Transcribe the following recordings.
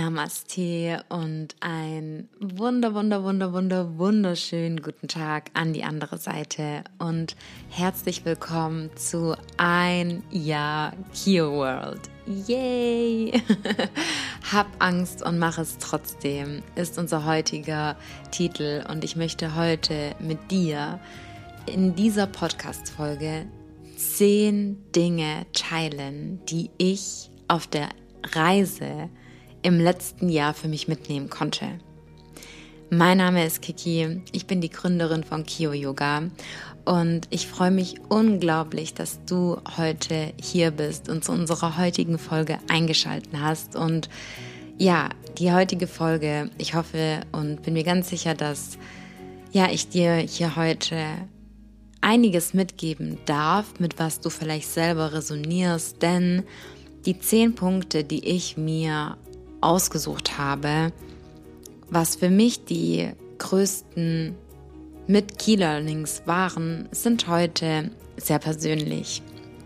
Namaste und ein wunderschönen guten Tag an die andere Seite und herzlich willkommen zu Ein Jahr Kio World. Yay! Hab Angst und mach es trotzdem ist unser heutiger Titel und ich möchte heute mit dir in dieser Podcast-Folge 10 Dinge teilen, die ich auf der Reise im letzten Jahr für mich mitnehmen konnte. Mein Name ist Kiki, ich bin die Gründerin von Kio Yoga und ich freue mich unglaublich, dass du heute hier bist und zu unserer heutigen Folge eingeschaltet hast. Und ja, die heutige Folge, ich hoffe und bin mir ganz sicher, dass ich dir hier heute einiges mitgeben darf, mit was du vielleicht selber resonierst, denn die 10 Punkte, die ich mir ausgesucht habe, was für mich die größten Key-Learnings waren, sind heute sehr persönlich.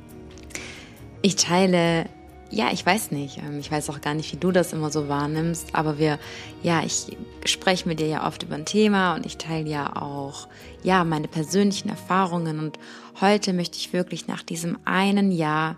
Ich teile, ich weiß auch gar nicht, wie du das immer so wahrnimmst, aber ich spreche mit dir ja oft über ein Thema und ich teile ja auch, meine persönlichen Erfahrungen und heute möchte ich wirklich nach diesem einen Jahr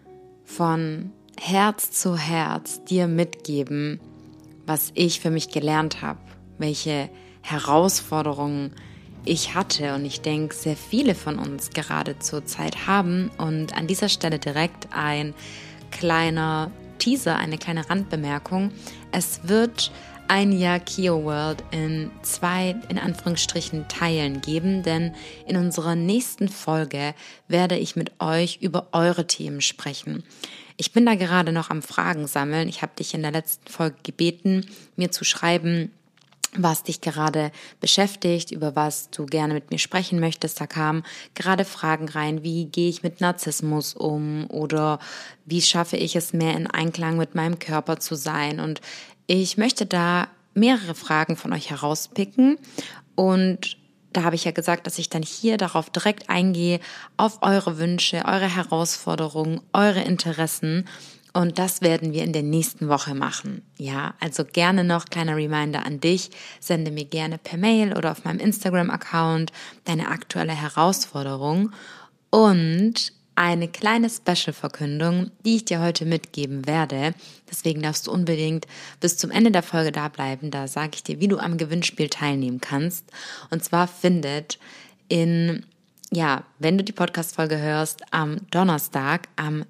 von Herz zu Herz dir mitgeben, was ich für mich gelernt habe, welche Herausforderungen ich hatte und ich denke, sehr viele von uns gerade zur Zeit haben. Und an dieser Stelle direkt ein kleiner Teaser, eine kleine Randbemerkung. Es wird ein Jahr Kio World in 2, in Anführungsstrichen, Teilen geben, denn in unserer nächsten Folge werde ich mit euch über eure Themen sprechen. Ich bin da gerade noch am Fragen sammeln. Ich habe dich in der letzten Folge gebeten, mir zu schreiben, was dich gerade beschäftigt, über was du gerne mit mir sprechen möchtest. Da kamen gerade Fragen rein, wie gehe ich mit Narzissmus um oder wie schaffe ich es mehr in Einklang mit meinem Körper zu sein. Und ich möchte da mehrere Fragen von euch herauspicken und da habe ich ja gesagt, dass ich dann hier darauf direkt eingehe, auf eure Wünsche, eure Herausforderungen, eure Interessen. Und das werden wir in der nächsten Woche machen. Ja, also gerne noch kleiner Reminder an dich. Sende mir gerne per Mail oder auf meinem Instagram-Account deine aktuelle Herausforderung. Und eine kleine Special-Verkündung, die ich dir heute mitgeben werde. Deswegen darfst du unbedingt bis zum Ende der Folge da bleiben. Da sage ich dir, wie du am Gewinnspiel teilnehmen kannst. Und zwar findet wenn du die Podcast-Folge hörst, am Donnerstag, am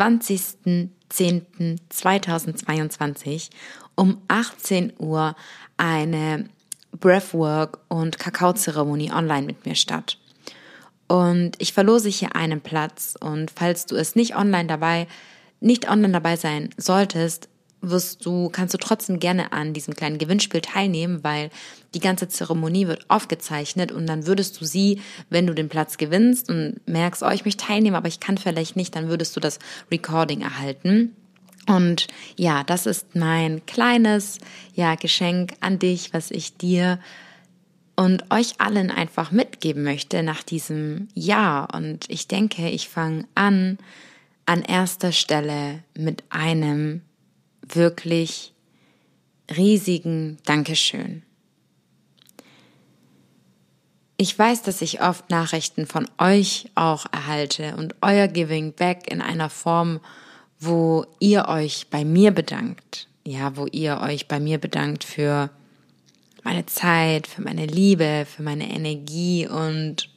20.10.2022 um 18 Uhr eine Breathwork- und Kakaozeremonie online mit mir statt. Und ich verlose hier einen Platz und falls du es nicht online dabei sein solltest, kannst du trotzdem gerne an diesem kleinen Gewinnspiel teilnehmen, weil die ganze Zeremonie wird aufgezeichnet und dann würdest du sie, wenn du den Platz gewinnst und merkst, ich möchte teilnehmen, aber ich kann vielleicht nicht, dann würdest du das Recording erhalten. Und das ist mein kleines, Geschenk an dich, was ich dir und euch allen einfach mitgeben möchte nach diesem Jahr. Und ich denke, ich fange an erster Stelle mit einem wirklich riesigen Dankeschön. Ich weiß, dass ich oft Nachrichten von euch auch erhalte und euer Giving Back in einer Form, wo ihr euch bei mir bedankt. Ja, wo ihr euch bei mir bedankt für meine Zeit, für meine Liebe, für meine Energie und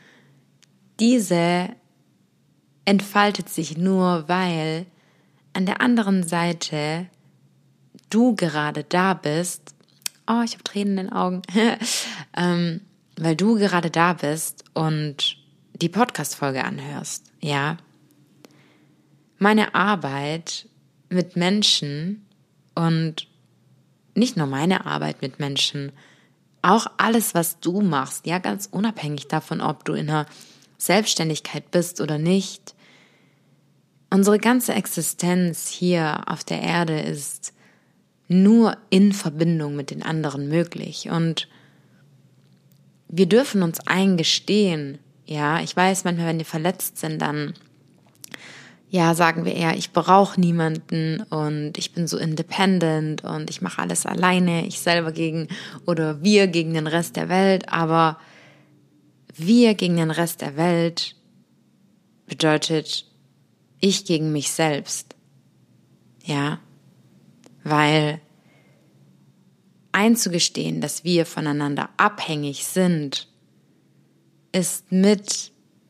diese entfaltet sich nur, weil an der anderen Seite du gerade da bist. Ich habe Tränen in den Augen. Weil du gerade da bist und die Podcast-Folge anhörst. Ja. Meine Arbeit mit Menschen und nicht nur meine Arbeit mit Menschen, auch alles, was du machst, ganz unabhängig davon, ob du in einer Selbstständigkeit bist oder nicht. Unsere ganze Existenz hier auf der Erde ist nur in Verbindung mit den anderen möglich. Und wir dürfen uns eingestehen, ich weiß manchmal, wenn wir verletzt sind, dann ja, sagen wir eher, ich brauche niemanden und ich bin so independent und ich mache alles alleine, ich selber gegen oder wir gegen den Rest der Welt, aber wir gegen den Rest der Welt bedeutet ich gegen mich selbst. Ja, weil einzugestehen, dass wir voneinander abhängig sind, ist mit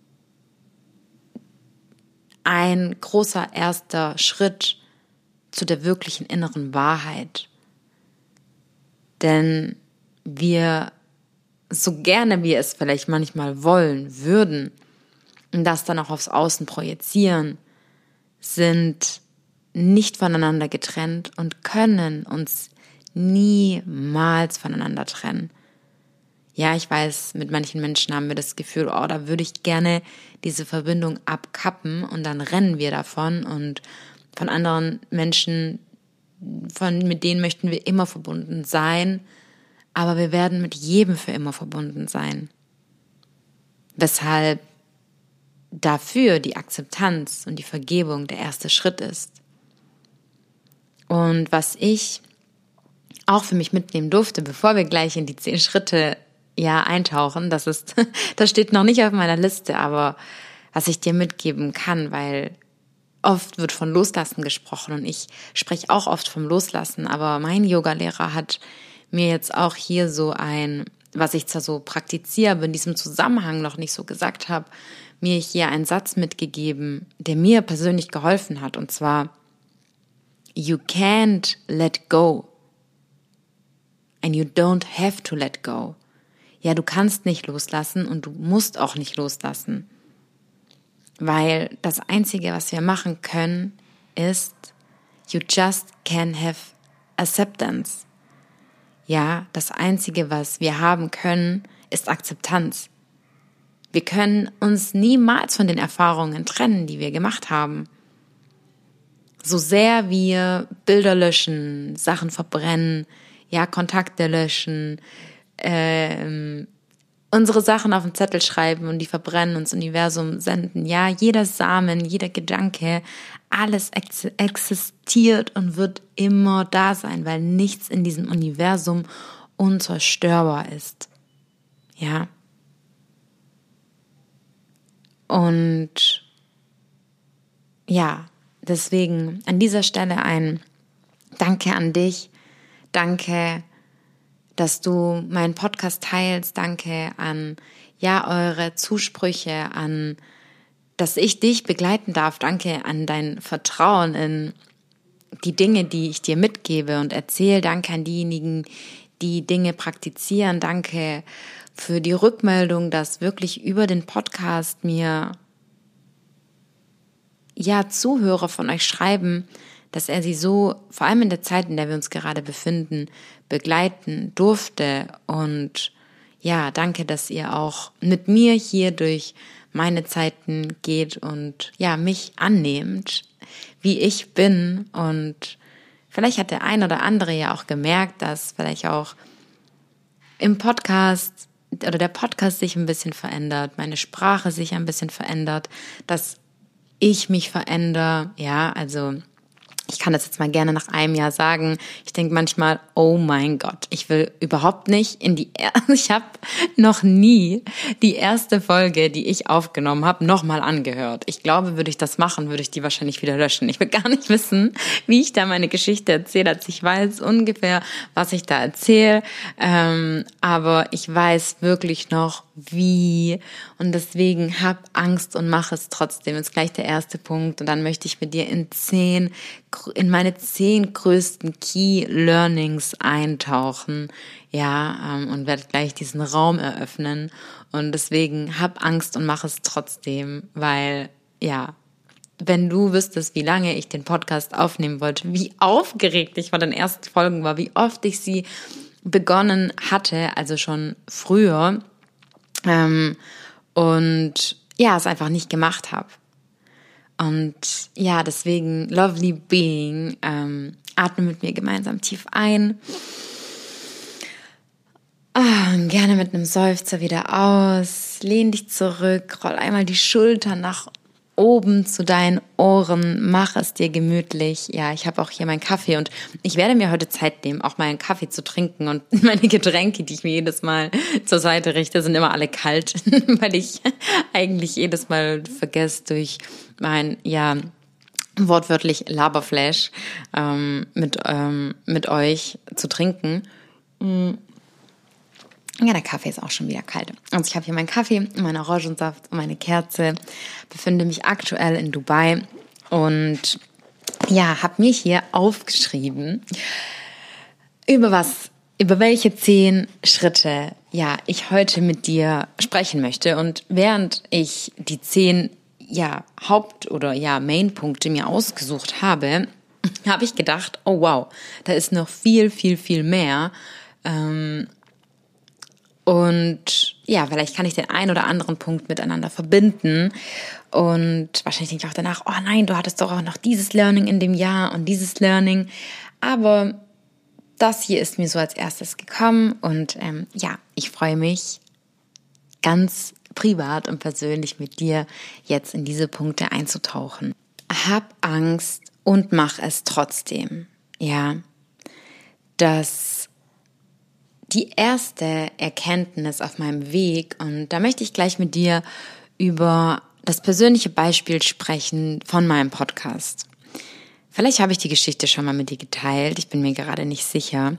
ein großer erster Schritt zu der wirklichen inneren Wahrheit. Denn wir, so gerne wir es vielleicht manchmal wollen würden und das dann auch aufs Außen projizieren, sind nicht voneinander getrennt und können uns niemals voneinander trennen. Ja, ich weiß, mit manchen Menschen haben wir das Gefühl, oh, da würde ich gerne diese Verbindung abkappen und dann rennen wir davon und von anderen Menschen, mit denen möchten wir immer verbunden sein, aber wir werden mit jedem für immer verbunden sein. Weshalb dafür die Akzeptanz und die Vergebung der erste Schritt ist. Und was ich auch für mich mitnehmen durfte, bevor wir gleich in die 10 Schritte eintauchen, das steht noch nicht auf meiner Liste, aber was ich dir mitgeben kann, weil oft wird von Loslassen gesprochen und ich spreche auch oft vom Loslassen, aber mein Yogalehrer hat mir jetzt auch hier so was ich zwar so praktiziere, aber in diesem Zusammenhang noch nicht so gesagt habe, mir hier einen Satz mitgegeben, der mir persönlich geholfen hat, und zwar: You can't let go and you don't have to let go. Ja, du kannst nicht loslassen und du musst auch nicht loslassen. Weil das Einzige, was wir machen können, ist, you just can have acceptance. Ja, das Einzige, was wir haben können, ist Akzeptanz. Wir können uns niemals von den Erfahrungen trennen, die wir gemacht haben. So sehr wir Bilder löschen, Sachen verbrennen, ja, Kontakte löschen, unsere Sachen auf den Zettel schreiben und die verbrennen, ins Universum senden. Ja, jeder Samen, jeder Gedanke, alles existiert und wird immer da sein, weil nichts in diesem Universum unzerstörbar ist. Ja. Und ja, deswegen an dieser Stelle ein Danke an dich. Danke, dass du meinen Podcast teilst. Danke an eure Zusprüche, an dass ich dich begleiten darf. Danke an dein Vertrauen in die Dinge, die ich dir mitgebe und erzähle. Danke an diejenigen, die Dinge praktizieren. Danke für die Rückmeldung, dass wirklich über den Podcast mir Zuhörer von euch schreiben, dass er sie so, vor allem in der Zeit, in der wir uns gerade befinden, begleiten durfte. Und danke, dass ihr auch mit mir hier durch meine Zeiten geht und mich annehmt, wie ich bin. Und vielleicht hat der ein oder andere ja auch gemerkt, dass vielleicht auch im Podcast oder der Podcast sich ein bisschen verändert, meine Sprache sich ein bisschen verändert, dass ich mich verändere. Ja, also ich kann das jetzt mal gerne nach einem Jahr sagen. Ich denke manchmal, oh mein Gott, ich will überhaupt nicht ich habe noch nie die erste Folge, die ich aufgenommen habe, nochmal angehört. Ich glaube, würde ich das machen, würde ich die wahrscheinlich wieder löschen. Ich will gar nicht wissen, wie ich da meine Geschichte erzähle. Also ich weiß ungefähr, was ich da erzähle, aber ich weiß wirklich noch, wie, und deswegen hab Angst und mach es trotzdem. Ist gleich der erste Punkt, und dann möchte ich mit dir in meine 10 größten Key Learnings eintauchen, und werde gleich diesen Raum eröffnen. Und deswegen hab Angst und mach es trotzdem, weil, wenn du wüsstest, wie lange ich den Podcast aufnehmen wollte, wie aufgeregt ich vor den ersten Folgen war, wie oft ich sie begonnen hatte, also schon früher, und es einfach nicht gemacht habe. Und deswegen, lovely being, atme mit mir gemeinsam tief ein. Und gerne mit einem Seufzer wieder aus. Lehn dich zurück, roll einmal die Schultern nach oben zu deinen Ohren, mach es dir gemütlich. Ja, ich habe auch hier meinen Kaffee und ich werde mir heute Zeit nehmen, auch mal einen Kaffee zu trinken, und meine Getränke, die ich mir jedes Mal zur Seite richte, sind immer alle kalt, weil ich eigentlich jedes Mal vergesse, durch mein, wortwörtlich Laberflash mit euch zu trinken. Ja, der Kaffee ist auch schon wieder kalt. Also ich habe hier meinen Kaffee, meinen Orangensaft und meine Kerze, befinde mich aktuell in Dubai und habe mir hier aufgeschrieben, über welche 10 Schritte ich heute mit dir sprechen möchte. Und während ich die 10 Haupt- oder Main-Punkte mir ausgesucht habe, habe ich gedacht, oh wow, da ist noch viel, viel, viel mehr. Und vielleicht kann ich den einen oder anderen Punkt miteinander verbinden. Und wahrscheinlich denke ich auch danach, oh nein, du hattest doch auch noch dieses Learning in dem Jahr und dieses Learning. Aber das hier ist mir so als erstes gekommen. Und ich freue mich ganz privat und persönlich mit dir jetzt in diese Punkte einzutauchen. Hab Angst und mach es trotzdem. Ja, das die erste Erkenntnis auf meinem Weg, und da möchte ich gleich mit dir über das persönliche Beispiel sprechen von meinem Podcast. Vielleicht habe ich die Geschichte schon mal mit dir geteilt, ich bin mir gerade nicht sicher.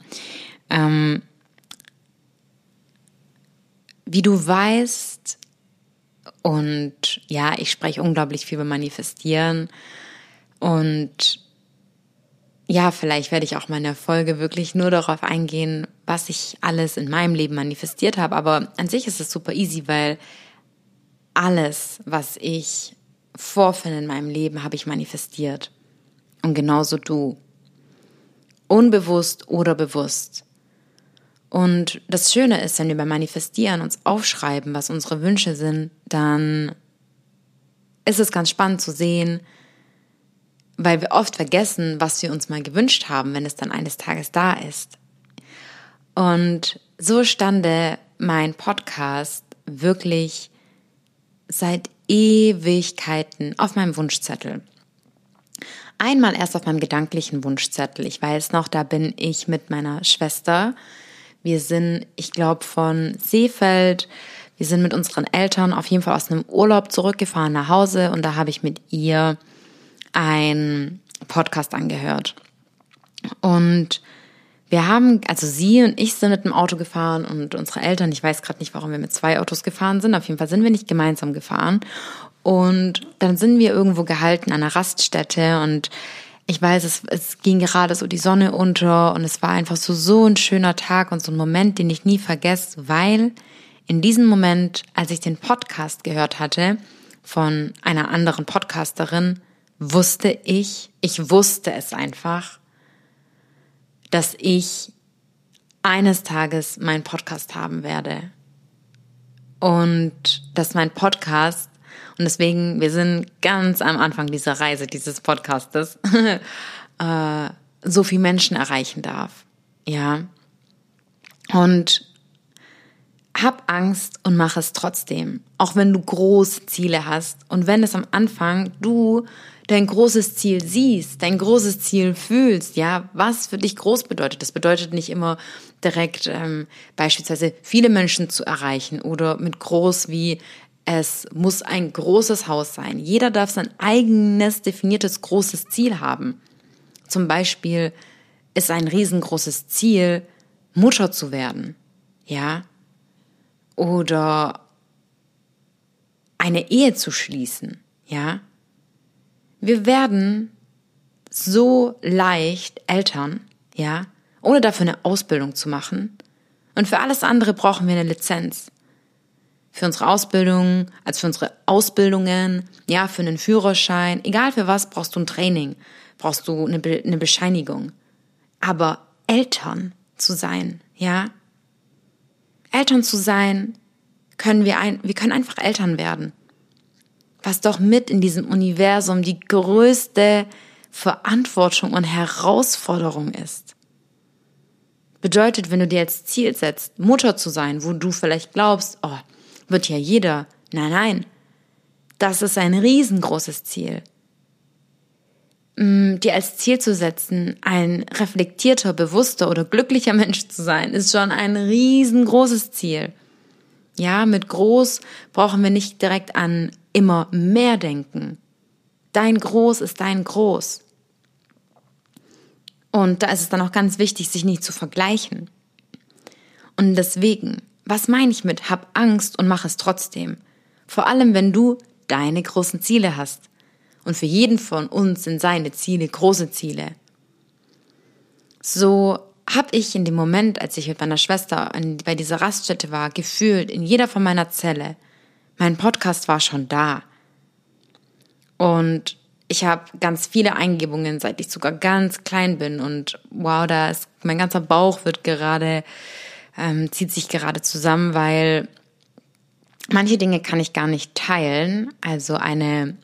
Wie du weißt, und ich spreche unglaublich viel über Manifestieren, und vielleicht werde ich auch mal in der Folge wirklich nur darauf eingehen, was ich alles in meinem Leben manifestiert habe. Aber an sich ist es super easy, weil alles, was ich vorfinde in meinem Leben, habe ich manifestiert. Und genauso du. Unbewusst oder bewusst. Und das Schöne ist, wenn wir beim Manifestieren uns aufschreiben, was unsere Wünsche sind, dann ist es ganz spannend zu sehen, weil wir oft vergessen, was wir uns mal gewünscht haben, wenn es dann eines Tages da ist. Und so stande mein Podcast wirklich seit Ewigkeiten auf meinem Wunschzettel. Einmal erst auf meinem gedanklichen Wunschzettel. Ich weiß noch, da bin ich mit meiner Schwester. Wir sind, ich glaube, von Seefeld. Wir sind mit unseren Eltern auf jeden Fall aus einem Urlaub zurückgefahren nach Hause, und da habe ich mit ihr einen Podcast angehört. Und wir haben, also sie und ich sind mit dem Auto gefahren und unsere Eltern, ich weiß gerade nicht, warum wir mit 2 Autos gefahren sind, auf jeden Fall sind wir nicht gemeinsam gefahren. Und dann sind wir irgendwo gehalten an einer Raststätte, und ich weiß, es ging gerade so die Sonne unter, und es war einfach so ein schöner Tag und so ein Moment, den ich nie vergesse, weil in diesem Moment, als ich den Podcast gehört hatte von einer anderen Podcasterin, wusste ich wusste es einfach, dass ich eines Tages meinen Podcast haben werde. Und dass mein Podcast, und deswegen, wir sind ganz am Anfang dieser Reise, dieses Podcastes, so viel Menschen erreichen darf. Ja. Und hab Angst und mach es trotzdem. Auch wenn du große Ziele hast und wenn es am Anfang du dein großes Ziel siehst, dein großes Ziel fühlst, was für dich groß bedeutet. Das bedeutet nicht immer direkt beispielsweise viele Menschen zu erreichen oder mit groß wie es muss ein großes Haus sein. Jeder darf sein eigenes definiertes großes Ziel haben. Zum Beispiel ist ein riesengroßes Ziel, Mutter zu werden, oder eine Ehe zu schließen, Wir werden so leicht Eltern, ohne dafür eine Ausbildung zu machen. Und für alles andere brauchen wir eine Lizenz. Für unsere Ausbildung, also für unsere Ausbildungen, für einen Führerschein, egal für was, brauchst du ein Training, brauchst du eine Bescheinigung. Aber Eltern zu sein, Eltern zu sein, wir können einfach Eltern werden. Was doch mit in diesem Universum die größte Verantwortung und Herausforderung ist. Bedeutet, wenn du dir als Ziel setzt, Mutter zu sein, wo du vielleicht glaubst, wird ja jeder. Nein. Das ist ein riesengroßes Ziel. Dir als Ziel zu setzen, ein reflektierter, bewusster oder glücklicher Mensch zu sein, ist schon ein riesengroßes Ziel. Ja, mit groß brauchen wir nicht direkt an immer mehr denken. Dein Groß ist dein Groß. Und da ist es dann auch ganz wichtig, sich nicht zu vergleichen. Und deswegen, was meine ich mit hab Angst und mach es trotzdem? Vor allem, wenn du deine großen Ziele hast. Und für jeden von uns sind seine Ziele große Ziele. So habe ich in dem Moment, als ich mit meiner Schwester bei dieser Raststätte war, gefühlt in jeder von meiner Zelle, mein Podcast war schon da. Und ich habe ganz viele Eingebungen, seit ich sogar ganz klein bin. Und wow, mein ganzer Bauch wird zieht sich gerade zusammen, weil manche Dinge kann ich gar nicht teilen. Also eine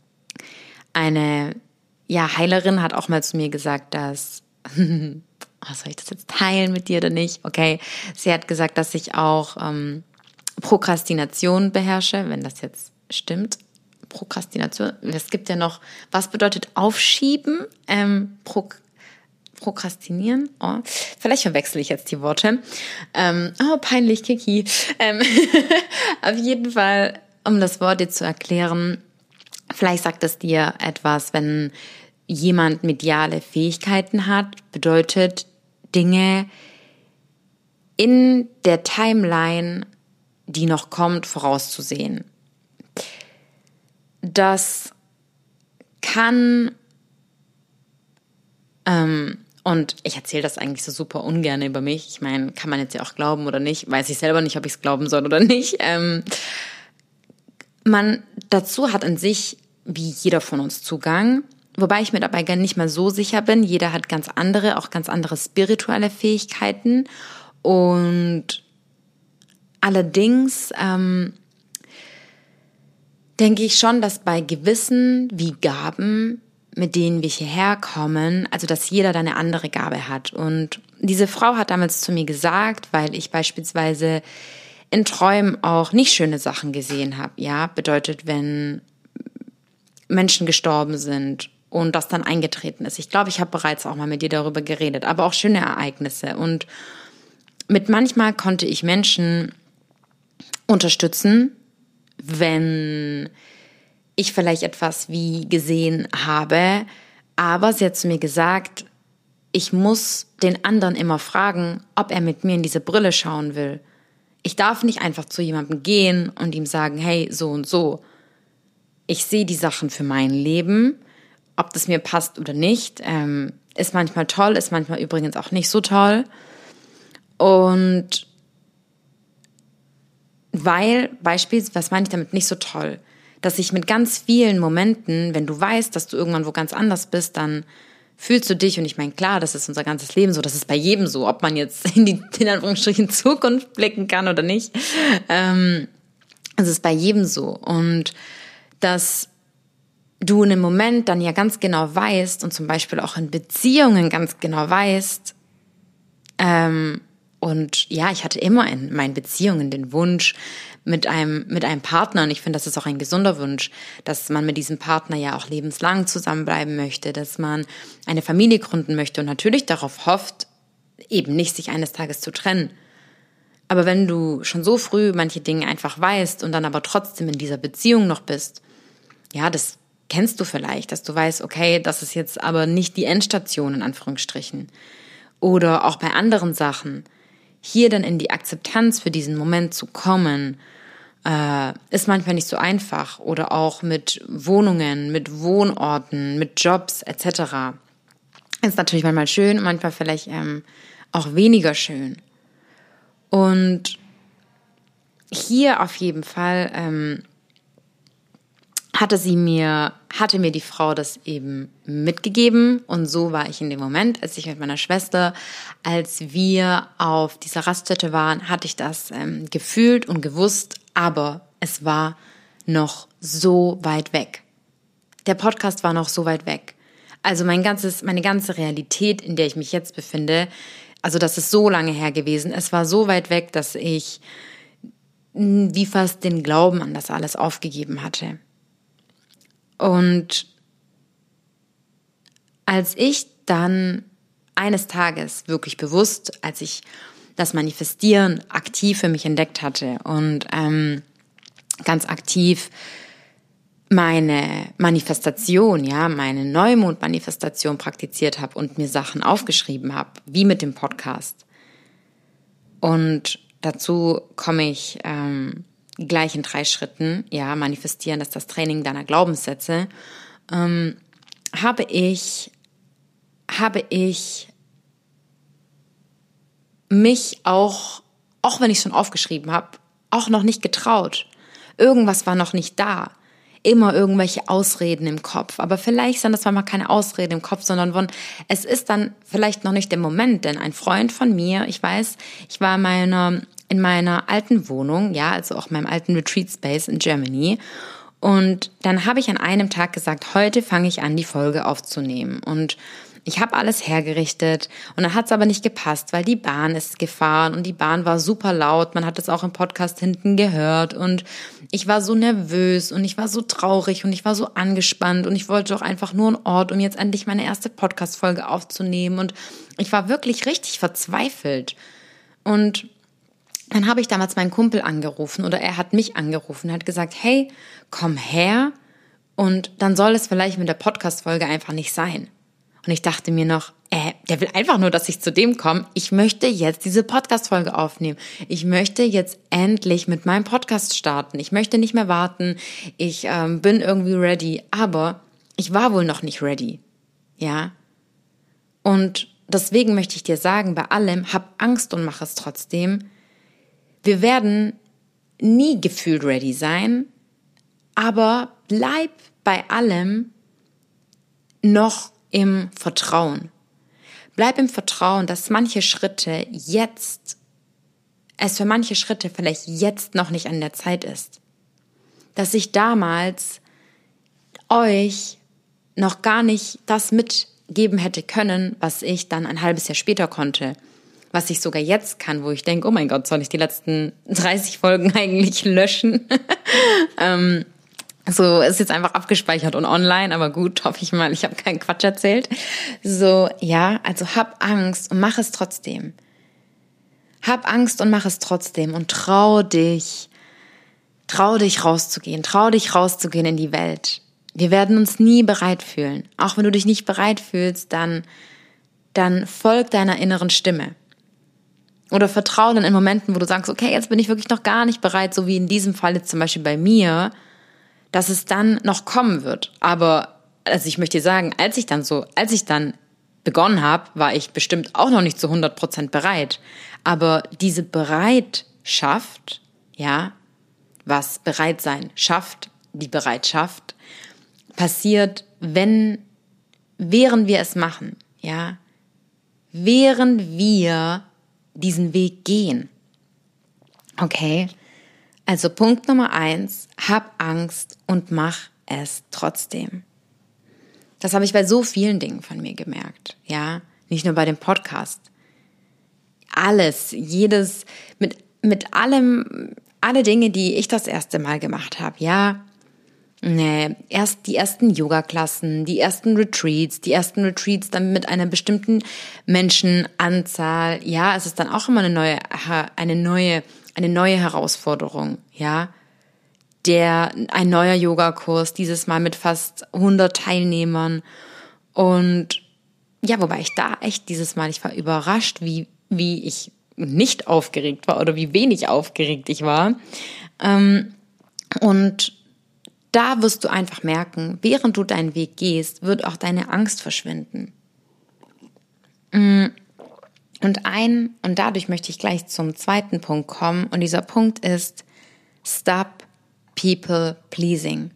Heilerin hat auch mal zu mir gesagt, dass, soll ich das jetzt teilen mit dir oder nicht? Okay, sie hat gesagt, dass ich auch Prokrastination beherrsche, wenn das jetzt stimmt. Prokrastination, es gibt ja noch, was bedeutet aufschieben? Prokrastinieren? Oh, vielleicht verwechsel ich jetzt die Worte. Peinlich, Kiki. Auf jeden Fall, um das Wort dir zu erklären, vielleicht sagt es dir etwas, wenn jemand mediale Fähigkeiten hat, bedeutet Dinge in der Timeline, die noch kommt, vorauszusehen. Das kann, und ich erzähle das eigentlich so super ungern über mich, ich meine, kann man jetzt ja auch glauben oder nicht, weiß ich selber nicht, ob ich es glauben soll oder nicht, man dazu hat an sich wie jeder von uns Zugang, wobei ich mir dabei gar nicht mal so sicher bin. Jeder hat ganz andere spirituelle Fähigkeiten und allerdings denke ich schon, dass bei gewissen wie Gaben, mit denen wir hierher kommen, also dass jeder da eine andere Gabe hat. Und diese Frau hat damals zu mir gesagt, weil ich beispielsweise in Träumen auch nicht schöne Sachen gesehen habe. Ja, bedeutet, wenn Menschen gestorben sind und das dann eingetreten ist. Ich glaube, ich habe bereits auch mal mit dir darüber geredet, aber auch schöne Ereignisse. Und manchmal konnte ich Menschen unterstützen, wenn ich vielleicht etwas wie gesehen habe, aber sie hat zu mir gesagt, ich muss den anderen immer fragen, ob er mit mir in diese Brille schauen will. Ich darf nicht einfach zu jemandem gehen und ihm sagen, hey, so und so. Ich sehe die Sachen für mein Leben, ob das mir passt oder nicht, ist manchmal toll, ist manchmal übrigens auch nicht so toll. Und weil, beispielsweise, was meine ich damit nicht so toll? Dass ich mit ganz vielen Momenten, wenn du weißt, dass du irgendwann wo ganz anders bist, dann fühlst du dich, und ich meine, klar, das ist unser ganzes Leben so, das ist bei jedem so, ob man jetzt in Anführungsstrichen Zukunft blicken kann oder nicht. Es ist bei jedem so. Und dass du in einem Moment dann ja ganz genau weißt und zum Beispiel auch in Beziehungen ganz genau weißt, und ja, ich hatte immer in meinen Beziehungen den Wunsch mit einem Partner, und ich finde, das ist auch ein gesunder Wunsch, dass man mit diesem Partner ja auch lebenslang zusammenbleiben möchte, dass man eine Familie gründen möchte und natürlich darauf hofft, eben nicht sich eines Tages zu trennen. Aber wenn du schon so früh manche Dinge einfach weißt und dann aber trotzdem in dieser Beziehung noch bist, ja, das kennst du vielleicht, dass du weißt, okay, das ist jetzt aber nicht die Endstation in Anführungsstrichen. Oder auch bei anderen Sachen, hier dann in die Akzeptanz für diesen Moment zu kommen, ist manchmal nicht so einfach. Oder auch mit Wohnungen, mit Wohnorten, mit Jobs etc. Ist natürlich manchmal schön, manchmal vielleicht auch weniger schön. Und hier auf jeden Fall hatte mir die Frau das eben mitgegeben, und so war ich in dem Moment, als ich mit meiner Schwester, als wir auf dieser Raststätte waren, hatte ich das gefühlt und gewusst, aber es war noch so weit weg. Der Podcast war noch so weit weg. Also meine ganze Realität, in der ich mich jetzt befinde, also das ist so lange her gewesen, es war so weit weg, dass ich wie fast den Glauben an das alles aufgegeben hatte. Und als ich dann eines Tages wirklich bewusst, als ich das Manifestieren aktiv für mich entdeckt hatte und ganz aktiv meine Manifestation, meine Neumond-Manifestation praktiziert habe und mir Sachen aufgeschrieben habe, wie mit dem Podcast. Und dazu komme ich gleich in 3 Schritten. Manifestieren ist das Training deiner Glaubenssätze. Habe ich mich auch wenn ich schon aufgeschrieben habe, auch noch nicht getraut. Irgendwas war noch nicht da. Immer irgendwelche Ausreden im Kopf. Aber vielleicht sind das mal keine Ausreden im Kopf, sondern es ist dann vielleicht noch nicht der Moment. Denn ein Freund von mir, ich weiß, ich war in meiner alten Wohnung, also auch meinem alten Retreat Space in Germany. Und dann habe ich an einem Tag gesagt, heute fange ich an, die Folge aufzunehmen. Und ich habe alles hergerichtet und dann hat es aber nicht gepasst, weil die Bahn ist gefahren und die Bahn war super laut. Man hat es auch im Podcast hinten gehört und ich war so nervös und ich war so traurig und ich war so angespannt und ich wollte doch einfach nur einen Ort, um jetzt endlich meine erste Podcast-Folge aufzunehmen und ich war wirklich richtig verzweifelt. Und dann habe ich damals meinen Kumpel angerufen oder er hat mich angerufen und hat gesagt, hey, komm her und dann soll es vielleicht mit der Podcast-Folge einfach nicht sein. Und ich dachte mir noch, der will einfach nur, dass ich zu dem komme. Ich möchte jetzt diese Podcast-Folge aufnehmen. Ich möchte jetzt endlich mit meinem Podcast starten. Ich möchte nicht mehr warten. Ich bin irgendwie ready. Aber ich war wohl noch nicht ready. Und deswegen möchte ich dir sagen, bei allem, hab Angst und mach es trotzdem. Wir werden nie gefühlt ready sein. Aber bleib bei allem noch im Vertrauen. Bleib im Vertrauen, dass manche Schritte für manche Schritte vielleicht jetzt noch nicht an der Zeit ist. Dass ich damals euch noch gar nicht das mitgeben hätte können, was ich dann ein halbes Jahr später konnte. Was ich sogar jetzt kann, wo ich denke, oh mein Gott, soll ich die letzten 30 Folgen eigentlich löschen? So, ist jetzt einfach abgespeichert und online, aber gut, hoffe ich mal, ich habe keinen Quatsch erzählt. So, also hab Angst und mach es trotzdem. Hab Angst und mach es trotzdem und trau dich rauszugehen, in die Welt. Wir werden uns nie bereit fühlen. Auch wenn du dich nicht bereit fühlst, dann folg deiner inneren Stimme. Oder vertrau dann in Momenten, wo du sagst, okay, jetzt bin ich wirklich noch gar nicht bereit, so wie in diesem Fall jetzt zum Beispiel bei mir, dass es dann noch kommen wird. Aber, also ich möchte dir sagen, als ich dann begonnen habe, war ich bestimmt auch noch nicht zu 100% bereit. Aber diese Bereitschaft, was Bereitsein schafft, die Bereitschaft, passiert, während wir es machen, während wir diesen Weg gehen. Okay? Also Punkt Nummer 1, hab Angst und mach es trotzdem. Das habe ich bei so vielen Dingen von mir gemerkt, nicht nur bei dem Podcast. Alles, mit allem, alle Dinge, die ich das erste Mal gemacht habe, erst die ersten Yoga-Klassen, die ersten Retreats dann mit einer bestimmten Menschenanzahl, es ist dann auch immer eine neue Herausforderung, ein neuer Yogakurs, dieses Mal mit fast 100 Teilnehmern und wobei ich da echt ich war überrascht, wie ich nicht aufgeregt war oder wie wenig aufgeregt ich war und da wirst du einfach merken, während du deinen Weg gehst, wird auch deine Angst verschwinden. Und dadurch möchte ich gleich zum zweiten Punkt kommen. Und dieser Punkt ist, stop people pleasing.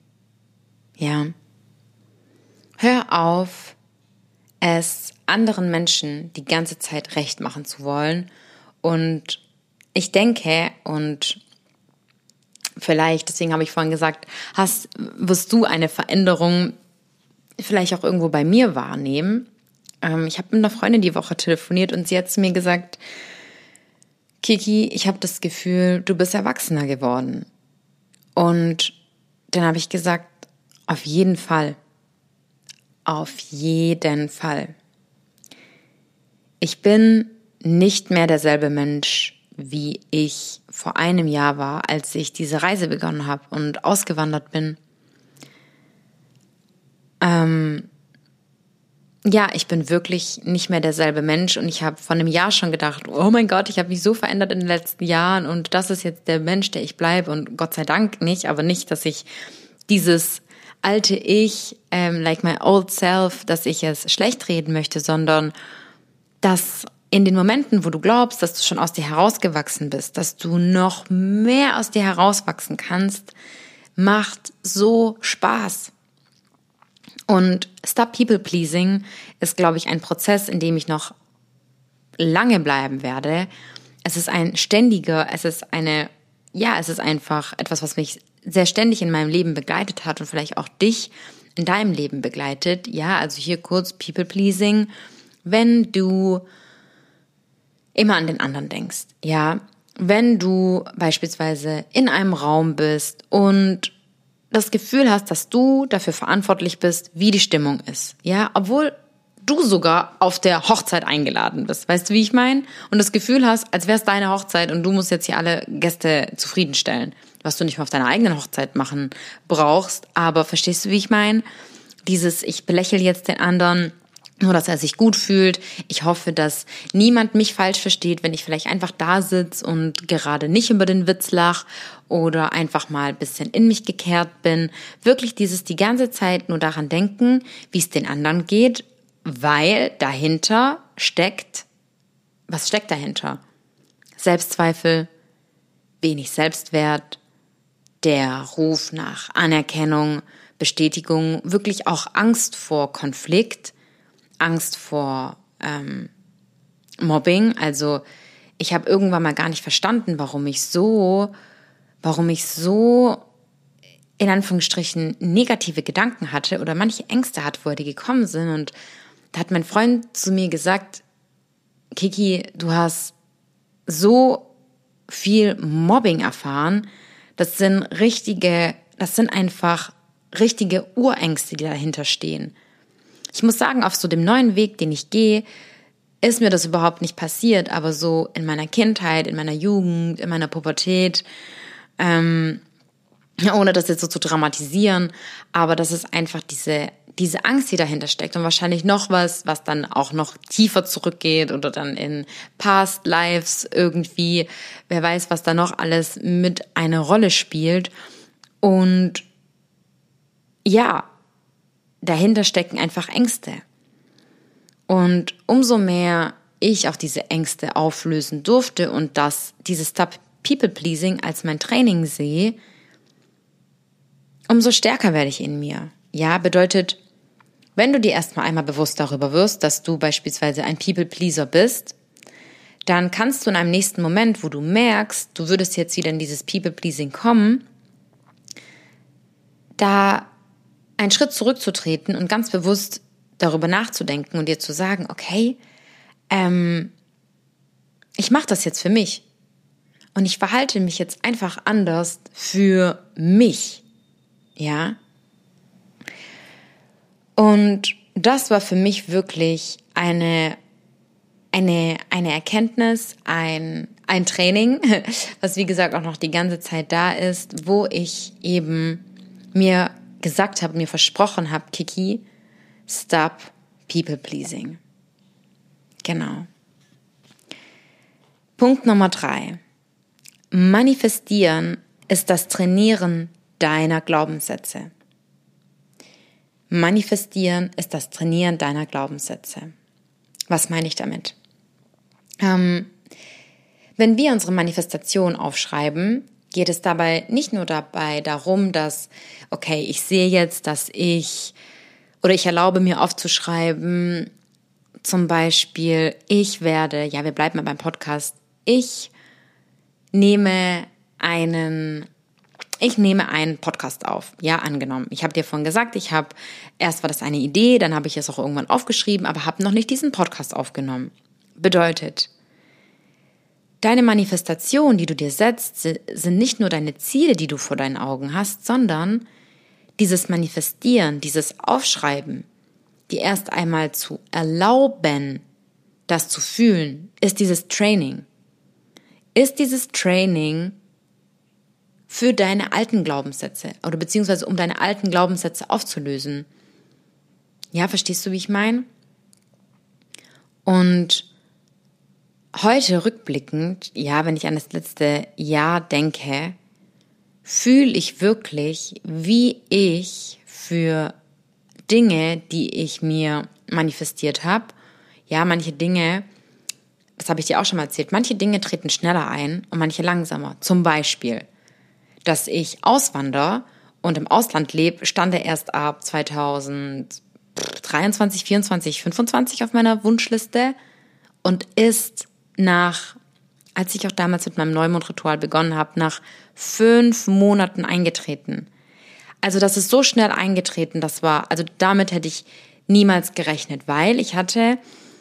Hör auf, es anderen Menschen die ganze Zeit recht machen zu wollen. Und ich denke, und vielleicht, deswegen habe ich vorhin gesagt, wirst du eine Veränderung vielleicht auch irgendwo bei mir wahrnehmen. Ich habe mit einer Freundin die Woche telefoniert und sie hat zu mir gesagt, Kiki, ich habe das Gefühl, du bist erwachsener geworden. Und dann habe ich gesagt, Auf jeden Fall. Auf jeden Fall. Ich bin nicht mehr derselbe Mensch, wie ich vor einem Jahr war, als ich diese Reise begonnen habe und ausgewandert bin. Ja, ich bin wirklich nicht mehr derselbe Mensch und ich habe vor einem Jahr schon gedacht, oh mein Gott, ich habe mich so verändert in den letzten Jahren und das ist jetzt der Mensch, der ich bleibe und Gott sei Dank nicht, aber nicht, dass ich dieses alte Ich, like my old self, dass ich es schlecht reden möchte, sondern dass in den Momenten, wo du glaubst, dass du schon aus dir herausgewachsen bist, dass du noch mehr aus dir herauswachsen kannst, macht so Spaß. Und Stop People Pleasing ist, glaube ich, ein Prozess, in dem ich noch lange bleiben werde. Es ist ein ständiger, es ist einfach etwas, was mich sehr ständig in meinem Leben begleitet hat und vielleicht auch dich in deinem Leben begleitet. Ja, also hier kurz People Pleasing, wenn du immer an den anderen denkst. Ja, wenn du beispielsweise in einem Raum bist und das Gefühl hast, dass du dafür verantwortlich bist, wie die Stimmung ist. Ja, obwohl du sogar auf der Hochzeit eingeladen bist. Weißt du, wie ich meine? Und das Gefühl hast, als wäre es deine Hochzeit und du musst jetzt hier alle Gäste zufriedenstellen, was du nicht mal auf deiner eigenen Hochzeit machen brauchst. Aber verstehst du, wie ich meine? Ich belächle jetzt den anderen, nur dass er sich gut fühlt. Ich hoffe, dass niemand mich falsch versteht, wenn ich vielleicht einfach da sitze und gerade nicht über den Witz lach oder einfach mal ein bisschen in mich gekehrt bin. Wirklich die ganze Zeit nur daran denken, wie es den anderen geht, weil dahinter was steckt dahinter? Selbstzweifel, wenig Selbstwert, der Ruf nach Anerkennung, Bestätigung, wirklich auch Angst vor Konflikt, Angst vor Mobbing. Also ich habe irgendwann mal gar nicht verstanden, warum ich so in Anführungsstrichen negative Gedanken hatte oder manche Ängste hatte, woher die gekommen sind. Und da hat mein Freund zu mir gesagt, Kiki, du hast so viel Mobbing erfahren. Das sind einfach richtige Urängste, die dahinter stehen. Ich muss sagen, auf so dem neuen Weg, den ich gehe, ist mir das überhaupt nicht passiert, aber so in meiner Kindheit, in meiner Jugend, in meiner Pubertät, ohne das jetzt so zu dramatisieren, aber das ist einfach diese Angst, die dahinter steckt und wahrscheinlich noch was dann auch noch tiefer zurückgeht oder dann in Past Lives irgendwie, wer weiß, was da noch alles mit eine Rolle spielt. Und ja, dahinter stecken einfach Ängste. Und umso mehr ich auch diese Ängste auflösen durfte und dieses Stop People Pleasing als mein Training sehe, umso stärker werde ich in mir. Ja, bedeutet, wenn du dir erstmal einmal bewusst darüber wirst, dass du beispielsweise ein People Pleaser bist, dann kannst du in einem nächsten Moment, wo du merkst, du würdest jetzt wieder in dieses People Pleasing kommen, da einen Schritt zurückzutreten und ganz bewusst darüber nachzudenken und dir zu sagen, okay, ich mache das jetzt für mich und ich verhalte mich jetzt einfach anders für mich, ja. Und das war für mich wirklich eine Erkenntnis, ein Training, was wie gesagt auch noch die ganze Zeit da ist, wo ich eben mir gesagt habe, mir versprochen habe, Kiki, stop people pleasing. Genau. Punkt Nummer 3. Manifestieren ist das Trainieren deiner Glaubenssätze. Manifestieren ist das Trainieren deiner Glaubenssätze. Was meine ich damit? Wenn wir unsere Manifestation aufschreiben, geht es dabei nicht nur darum, dass, okay, ich sehe jetzt, ich erlaube mir aufzuschreiben, zum Beispiel, wir bleiben mal beim Podcast, ich nehme einen Podcast auf. Ja, angenommen. Ich habe dir vorhin gesagt, erst war das eine Idee, dann habe ich es auch irgendwann aufgeschrieben, aber habe noch nicht diesen Podcast aufgenommen. Bedeutet, deine Manifestation, die du dir setzt, sind nicht nur deine Ziele, die du vor deinen Augen hast, sondern dieses Manifestieren, dieses Aufschreiben, dir erst einmal zu erlauben, das zu fühlen, ist dieses Training. Ist dieses Training für deine alten Glaubenssätze oder beziehungsweise um deine alten Glaubenssätze aufzulösen. Ja, verstehst du, wie ich meine? Und heute rückblickend, ja, wenn ich an das letzte Jahr denke, fühle ich wirklich, wie ich für Dinge, die ich mir manifestiert habe, ja, manche Dinge, das habe ich dir auch schon mal erzählt, manche Dinge treten schneller ein und manche langsamer. Zum Beispiel, dass ich auswandere und im Ausland lebe, stand erst ab 2023, 24, 25 auf meiner Wunschliste und ist als ich auch damals mit meinem Neumondritual begonnen habe, nach 5 Monaten eingetreten. Also das ist so schnell eingetreten, damit hätte ich niemals gerechnet, weil ich hatte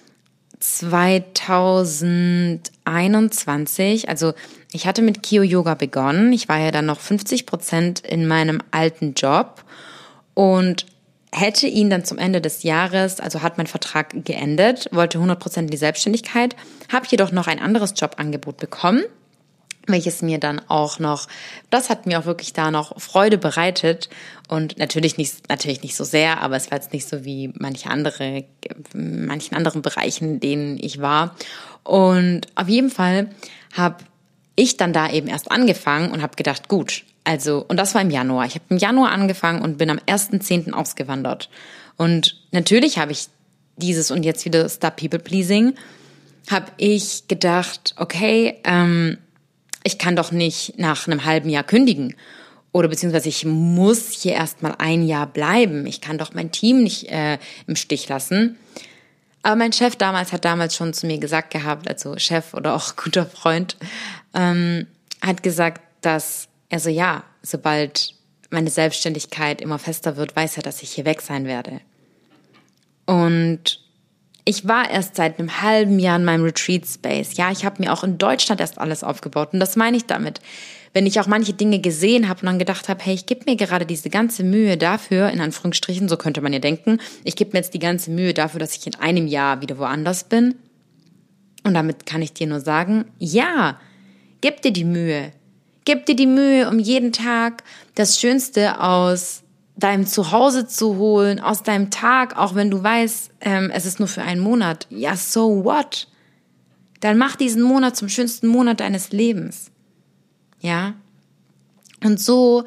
2021, also ich hatte mit Kio Yoga begonnen. Ich war ja dann noch 50% in meinem alten Job und hätte ihn dann zum Ende des Jahres, also hat mein Vertrag geendet, wollte 100% in die Selbstständigkeit, habe jedoch noch ein anderes Jobangebot bekommen, welches mir dann auch noch, das hat mir auch wirklich da noch Freude bereitet und natürlich nicht so sehr, aber es war jetzt nicht so wie manchen anderen Bereichen, in denen ich war. Und auf jeden Fall habe ich dann da eben erst angefangen und habe gedacht, gut, also, und das war im Januar. Ich habe im Januar angefangen und bin am 1.10. ausgewandert. Und natürlich habe ich dieses und jetzt wieder Stop People Pleasing, habe ich gedacht, okay, ich kann doch nicht nach einem halben Jahr kündigen. Oder beziehungsweise ich muss hier erstmal ein Jahr bleiben. Ich kann doch mein Team nicht im Stich lassen. Aber mein Chef hat damals schon zu mir gesagt gehabt, also Chef oder auch guter Freund, hat gesagt, dass sobald meine Selbstständigkeit immer fester wird, weiß er, dass ich hier weg sein werde. Und ich war erst seit einem halben Jahr in meinem Retreat Space. Ja, ich habe mir auch in Deutschland erst alles aufgebaut. Und das meine ich damit. Wenn ich auch manche Dinge gesehen habe und dann gedacht habe, hey, ich gebe mir gerade diese ganze Mühe dafür, in Anführungsstrichen, so könnte man ja denken, ich gebe mir jetzt die ganze Mühe dafür, dass ich in einem Jahr wieder woanders bin. Und damit kann ich dir nur sagen, ja, gib dir die Mühe. Gib dir die Mühe, um jeden Tag das Schönste aus deinem Zuhause zu holen, aus deinem Tag, auch wenn du weißt, es ist nur für einen Monat. Ja, so what? Dann mach diesen Monat zum schönsten Monat deines Lebens. Ja? Und so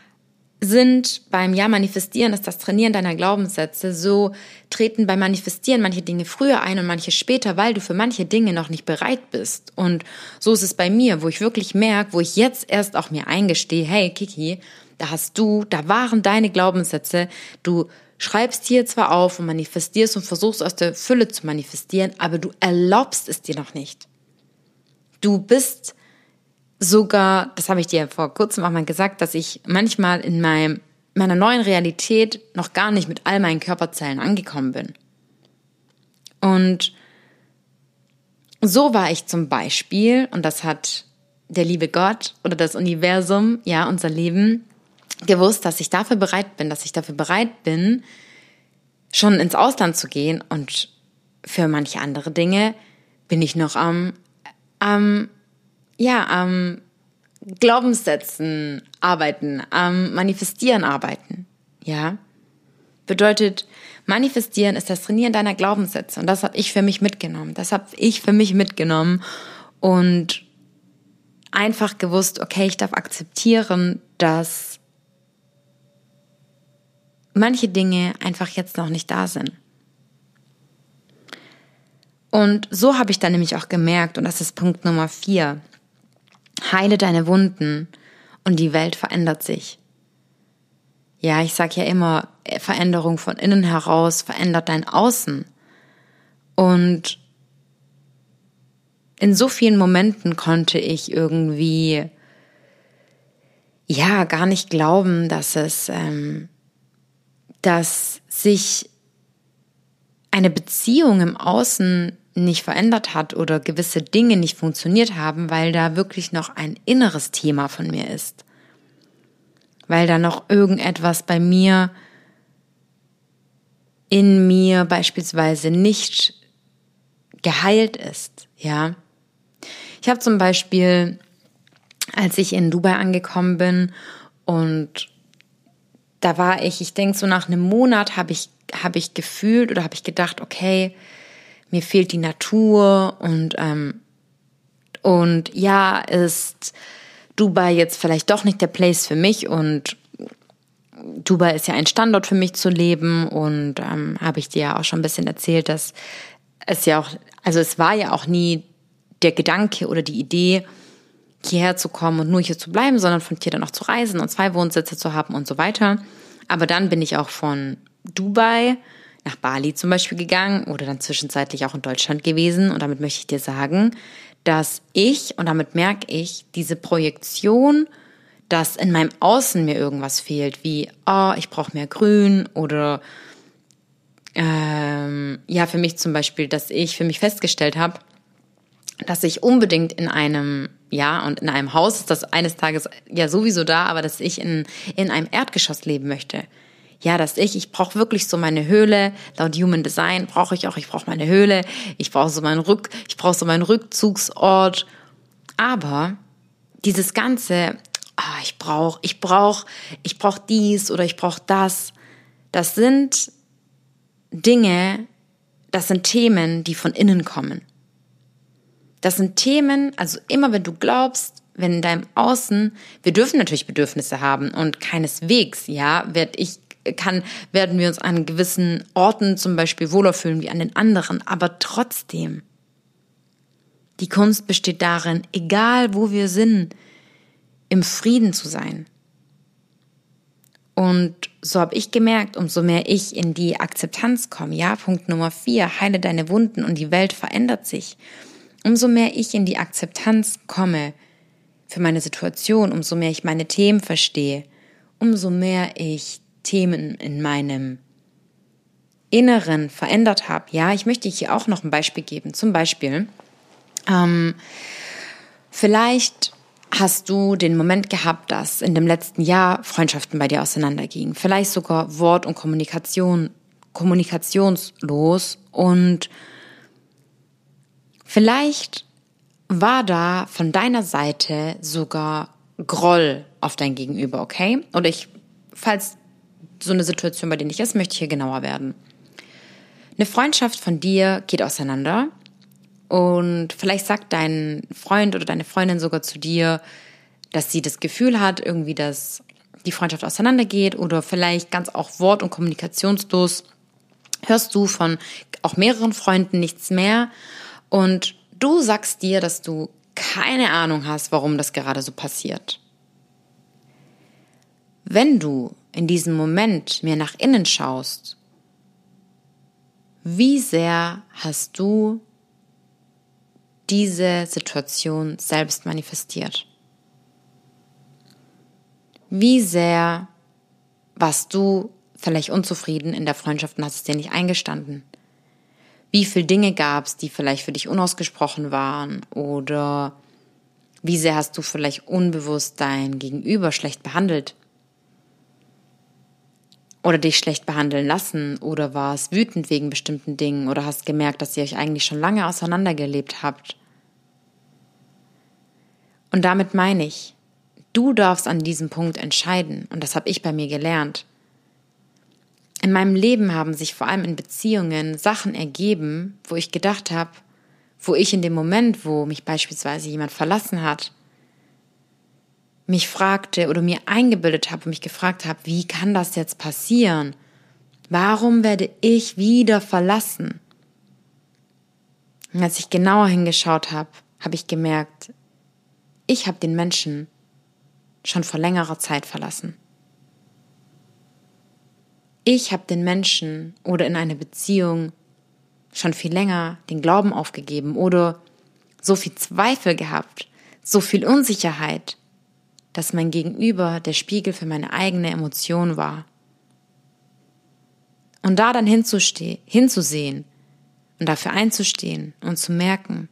sind beim Manifestieren, ist das Trainieren deiner Glaubenssätze, so treten beim Manifestieren manche Dinge früher ein und manche später, weil du für manche Dinge noch nicht bereit bist. Und so ist es bei mir, wo ich wirklich merke, wo ich jetzt erst auch mir eingestehe, hey Kiki, da waren deine Glaubenssätze, du schreibst hier zwar auf und manifestierst und versuchst aus der Fülle zu manifestieren, aber du erlaubst es dir noch nicht. Du bist sogar, das habe ich dir vor kurzem auch mal gesagt, dass ich manchmal in meiner neuen Realität noch gar nicht mit all meinen Körperzellen angekommen bin. Und so war ich zum Beispiel, und das hat der liebe Gott oder das Universum, ja, unser Leben, gewusst, dass ich dafür bereit bin, schon ins Ausland zu gehen, und für manche andere Dinge bin ich noch am Glaubenssätzen arbeiten, am Manifestieren arbeiten, ja. Bedeutet, manifestieren ist das Trainieren deiner Glaubenssätze, und das habe ich für mich mitgenommen. Und einfach gewusst, okay, ich darf akzeptieren, dass manche Dinge einfach jetzt noch nicht da sind. Und so habe ich dann nämlich auch gemerkt, und das ist Punkt Nummer 4, heile deine Wunden und die Welt verändert sich. Ja, ich sage ja immer, Veränderung von innen heraus verändert dein Außen. Und in so vielen Momenten konnte ich irgendwie gar nicht glauben, dass sich eine Beziehung im Außen nicht verändert hat oder gewisse Dinge nicht funktioniert haben, weil da wirklich noch ein inneres Thema von mir ist. weil da noch irgendetwas bei mir, in mir beispielsweise nicht geheilt ist, ja. Ich habe zum Beispiel, als ich in Dubai angekommen bin und da war ich denke so nach einem Monat habe ich gefühlt oder habe ich gedacht, okay, mir fehlt die Natur und ja, ist Dubai jetzt vielleicht doch nicht der Place für mich und Dubai ist ja ein Standort für mich zu leben und habe ich dir ja auch schon ein bisschen erzählt, dass es ja auch, also es war ja auch nie der Gedanke oder die Idee, hierher zu kommen und nur hier zu bleiben, sondern von hier dann auch zu reisen und 2 Wohnsitze zu haben und so weiter. Aber dann bin ich auch von Dubai nach Bali zum Beispiel gegangen oder dann zwischenzeitlich auch in Deutschland gewesen. Und damit möchte ich dir sagen, dass und damit merke ich, diese Projektion, dass in meinem Außen mir irgendwas fehlt, wie, ich brauche mehr Grün oder für mich zum Beispiel, dass ich für mich festgestellt habe, dass ich unbedingt in einem Haus ist das eines Tages ja sowieso da, aber dass ich in einem Erdgeschoss leben möchte. Ja, dass ich brauche wirklich so meine Höhle, laut Human Design brauche ich meine Höhle, ich brauche so meinen Rückzugsort, aber dieses ganze, ich brauche dies oder ich brauche das, das sind Dinge, das sind Themen, die von innen kommen. Das sind Themen, also immer wenn du glaubst, wenn in deinem Außen, wir dürfen natürlich Bedürfnisse haben und keineswegs, werden wir uns an gewissen Orten zum Beispiel wohler fühlen wie an den anderen, aber trotzdem, die Kunst besteht darin, egal wo wir sind, im Frieden zu sein. Und so habe ich gemerkt, umso mehr ich in die Akzeptanz komme, Punkt Nummer 4, heile deine Wunden und die Welt verändert sich. Umso mehr ich in die Akzeptanz komme für meine Situation, umso mehr ich meine Themen verstehe, umso mehr ich Themen in meinem Inneren verändert habe. Ja, ich möchte hier auch noch ein Beispiel geben. Zum Beispiel, vielleicht hast du den Moment gehabt, dass in dem letzten Jahr Freundschaften bei dir auseinandergingen. Vielleicht sogar Wort- und kommunikationslos und vielleicht war da von deiner Seite sogar Groll auf dein Gegenüber, okay? Oder falls so eine Situation bei dir nicht ist, möchte ich hier genauer werden. Eine Freundschaft von dir geht auseinander und vielleicht sagt dein Freund oder deine Freundin sogar zu dir, dass sie das Gefühl hat, irgendwie, dass die Freundschaft auseinandergeht oder vielleicht ganz auch wort- und kommunikationslos hörst du von auch mehreren Freunden nichts mehr und du sagst dir, dass du keine Ahnung hast, warum das gerade so passiert. Wenn du in diesem Moment mehr nach innen schaust, wie sehr hast du diese Situation selbst manifestiert? Wie sehr warst du vielleicht unzufrieden in der Freundschaft und hast es dir nicht eingestanden? Wie viele Dinge gab es, die vielleicht für dich unausgesprochen waren? Oder wie sehr hast du vielleicht unbewusst dein Gegenüber schlecht behandelt? Oder dich schlecht behandeln lassen? Oder warst wütend wegen bestimmten Dingen? Oder hast gemerkt, dass ihr euch eigentlich schon lange auseinandergelebt habt? Und damit meine ich, du darfst an diesem Punkt entscheiden. Und das habe ich bei mir gelernt. In meinem Leben haben sich vor allem in Beziehungen Sachen ergeben, wo ich gedacht habe, wo ich in dem Moment, wo mich beispielsweise jemand verlassen hat, mich fragte oder mir eingebildet habe und mich gefragt habe, wie kann das jetzt passieren? Warum werde ich wieder verlassen? Und als ich genauer hingeschaut habe, habe ich gemerkt, ich habe den Menschen schon vor längerer Zeit verlassen. Ich habe den Menschen oder in einer Beziehung schon viel länger den Glauben aufgegeben oder so viel Zweifel gehabt, so viel Unsicherheit, dass mein Gegenüber der Spiegel für meine eigene Emotion war. Und da dann hinzusehen und dafür einzustehen und zu merken,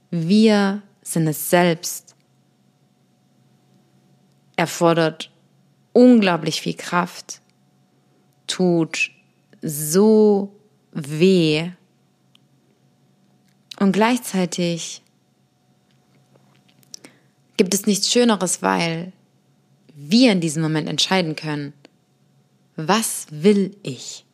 wir sind es selbst, erfordert unglaublich viel Kraft, tut so weh und gleichzeitig gibt es nichts Schöneres, weil wir in diesem Moment entscheiden können, was will ich?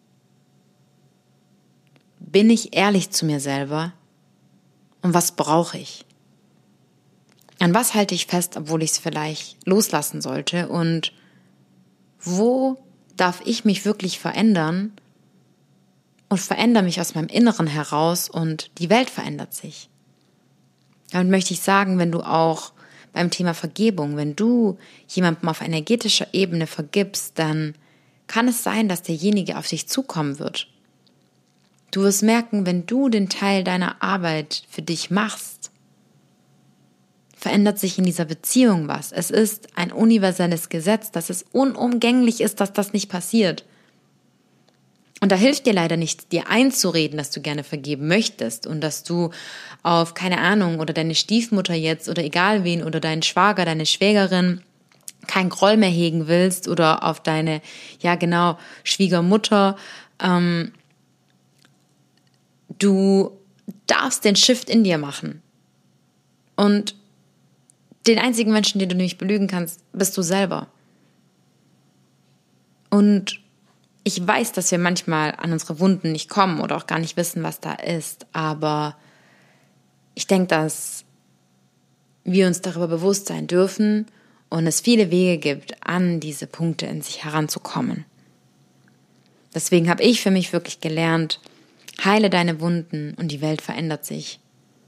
Bin ich ehrlich zu mir selber? Und was brauche ich? An was halte ich fest, obwohl ich es vielleicht loslassen sollte? Und wo darf ich mich wirklich verändern und verändere mich aus meinem Inneren heraus und die Welt verändert sich? Damit möchte ich sagen, wenn du auch beim Thema Vergebung, wenn du jemandem auf energetischer Ebene vergibst, dann kann es sein, dass derjenige auf dich zukommen wird. Du wirst merken, wenn du den Teil deiner Arbeit für dich machst, verändert sich in dieser Beziehung was. Es ist ein universelles Gesetz, dass es unumgänglich ist, dass das nicht passiert. Und da hilft dir leider nicht, dir einzureden, dass du gerne vergeben möchtest und dass du auf, keine Ahnung, oder deine Stiefmutter jetzt oder egal wen oder deinen Schwager, deine Schwägerin kein Groll mehr hegen willst oder auf deine, Schwiegermutter. Du darfst den Shift in dir machen. Und den einzigen Menschen, den du nicht belügen kannst, bist du selber. Und ich weiß, dass wir manchmal an unsere Wunden nicht kommen oder auch gar nicht wissen, was da ist. Aber ich denke, dass wir uns darüber bewusst sein dürfen und es viele Wege gibt, an diese Punkte in sich heranzukommen. Deswegen habe ich für mich wirklich gelernt, heile deine Wunden und die Welt verändert sich.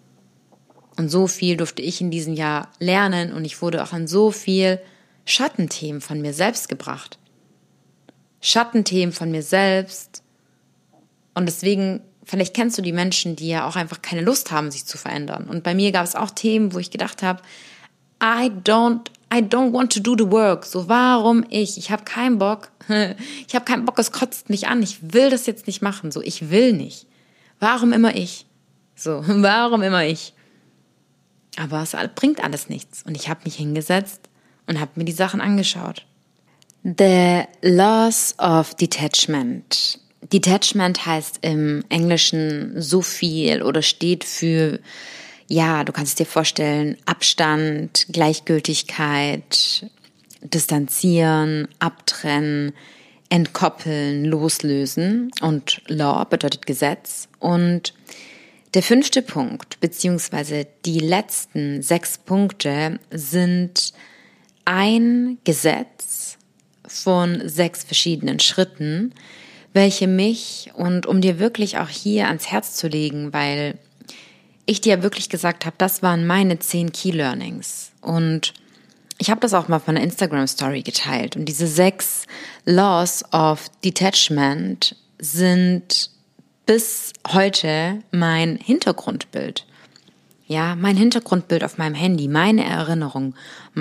Und so viel durfte ich in diesem Jahr lernen und ich wurde auch an so viel Schattenthemen von mir selbst gebracht. Schattenthemen von mir selbst. Und deswegen, vielleicht kennst du die Menschen, die ja auch einfach keine Lust haben, sich zu verändern. Und bei mir gab es auch Themen, wo ich gedacht habe, I don't want to do the work. So, warum ich? Ich habe keinen Bock. Ich habe keinen Bock, es kotzt mich an. Ich will das jetzt nicht machen. So, ich will nicht. Warum immer ich? So, warum immer ich? Aber es bringt alles nichts. Und ich habe mich hingesetzt und habe mir die Sachen angeschaut. The Loss of Detachment. Detachment heißt im Englischen so viel oder steht für, du kannst es dir vorstellen, Abstand, Gleichgültigkeit, distanzieren, abtrennen, entkoppeln, loslösen. Und Law bedeutet Gesetz. Und der 5. Punkt, beziehungsweise die letzten 6 Punkte sind ein Gesetz von 6 verschiedenen Schritten, welche mich, und um dir wirklich auch hier ans Herz zu legen, weil ich dir wirklich gesagt habe, das waren meine 10 Key Learnings. Und ich habe das auch mal von einer Instagram-Story geteilt. Und diese 6 Laws of Detachment sind bis heute mein Hintergrundbild. Ja, mein Hintergrundbild auf meinem Handy, meine Erinnerung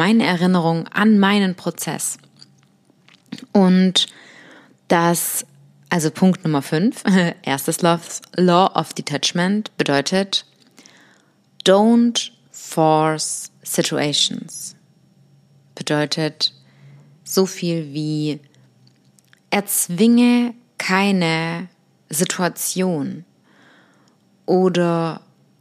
an meinen Prozess. Und also Punkt Nummer 5, erstes Law of Detachment bedeutet, don't force situations. Bedeutet so viel wie, erzwinge keine Situation oder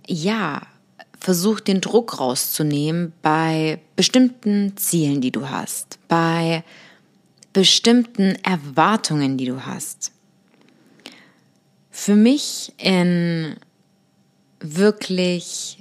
versuch den Druck rauszunehmen bei bestimmten Zielen, die du hast, bei bestimmten Erwartungen, die du hast. Für mich in wirklich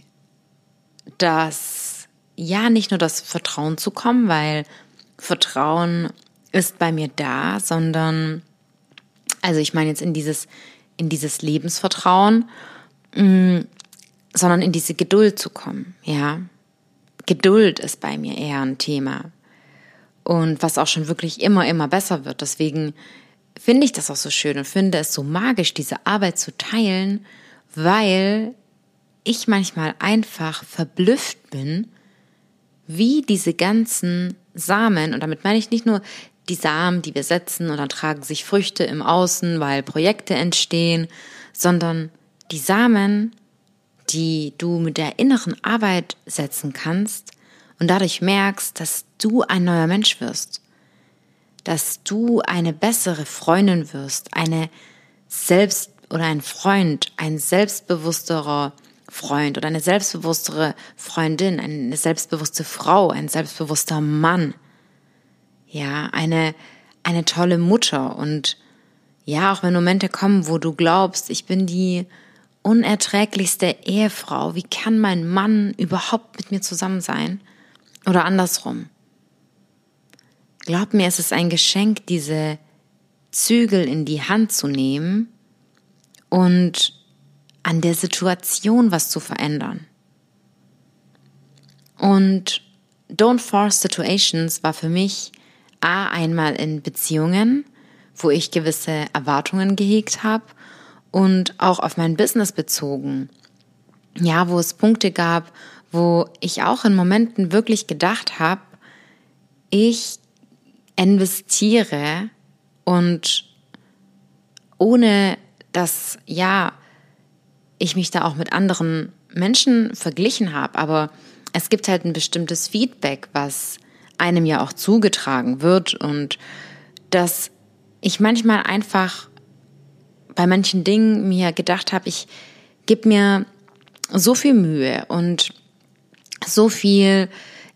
nicht nur das Vertrauen zu kommen, weil Vertrauen ist bei mir da, sondern, also ich meine jetzt in dieses Lebensvertrauen, sondern in diese Geduld zu kommen, ja. Geduld ist bei mir eher ein Thema. Und was auch schon wirklich immer besser wird. Deswegen finde ich das auch so schön und finde es so magisch, diese Arbeit zu teilen, weil ich manchmal einfach verblüfft bin, wie diese ganzen Samen, und damit meine ich nicht nur die Samen, die wir setzen und dann tragen sich Früchte im Außen, weil Projekte entstehen, sondern die Samen, die du mit der inneren Arbeit setzen kannst und dadurch merkst, dass du ein neuer Mensch wirst. dass du eine bessere Freundin wirst, ein Freund, ein selbstbewussterer Freund oder eine selbstbewusstere Freundin, eine selbstbewusste Frau, ein selbstbewusster Mann. Ja, eine tolle Mutter. Und ja, auch wenn Momente kommen, wo du glaubst, ich bin die unerträglichste Ehefrau, wie kann mein Mann überhaupt mit mir zusammen sein? Oder andersrum. Glaub mir, es ist ein Geschenk, diese Zügel in die Hand zu nehmen und an der Situation was zu verändern. Und Don't Force Situations war für mich einmal in Beziehungen, wo ich gewisse Erwartungen gehegt habe und auch auf mein Business bezogen. Ja, wo es Punkte gab, wo ich auch in Momenten wirklich gedacht habe, ich investiere und ohne dass, ich mich da auch mit anderen Menschen verglichen habe, aber es gibt halt ein bestimmtes Feedback, was einem ja auch zugetragen wird und dass ich manchmal einfach bei manchen Dingen mir gedacht habe, ich gebe mir so viel Mühe und so viel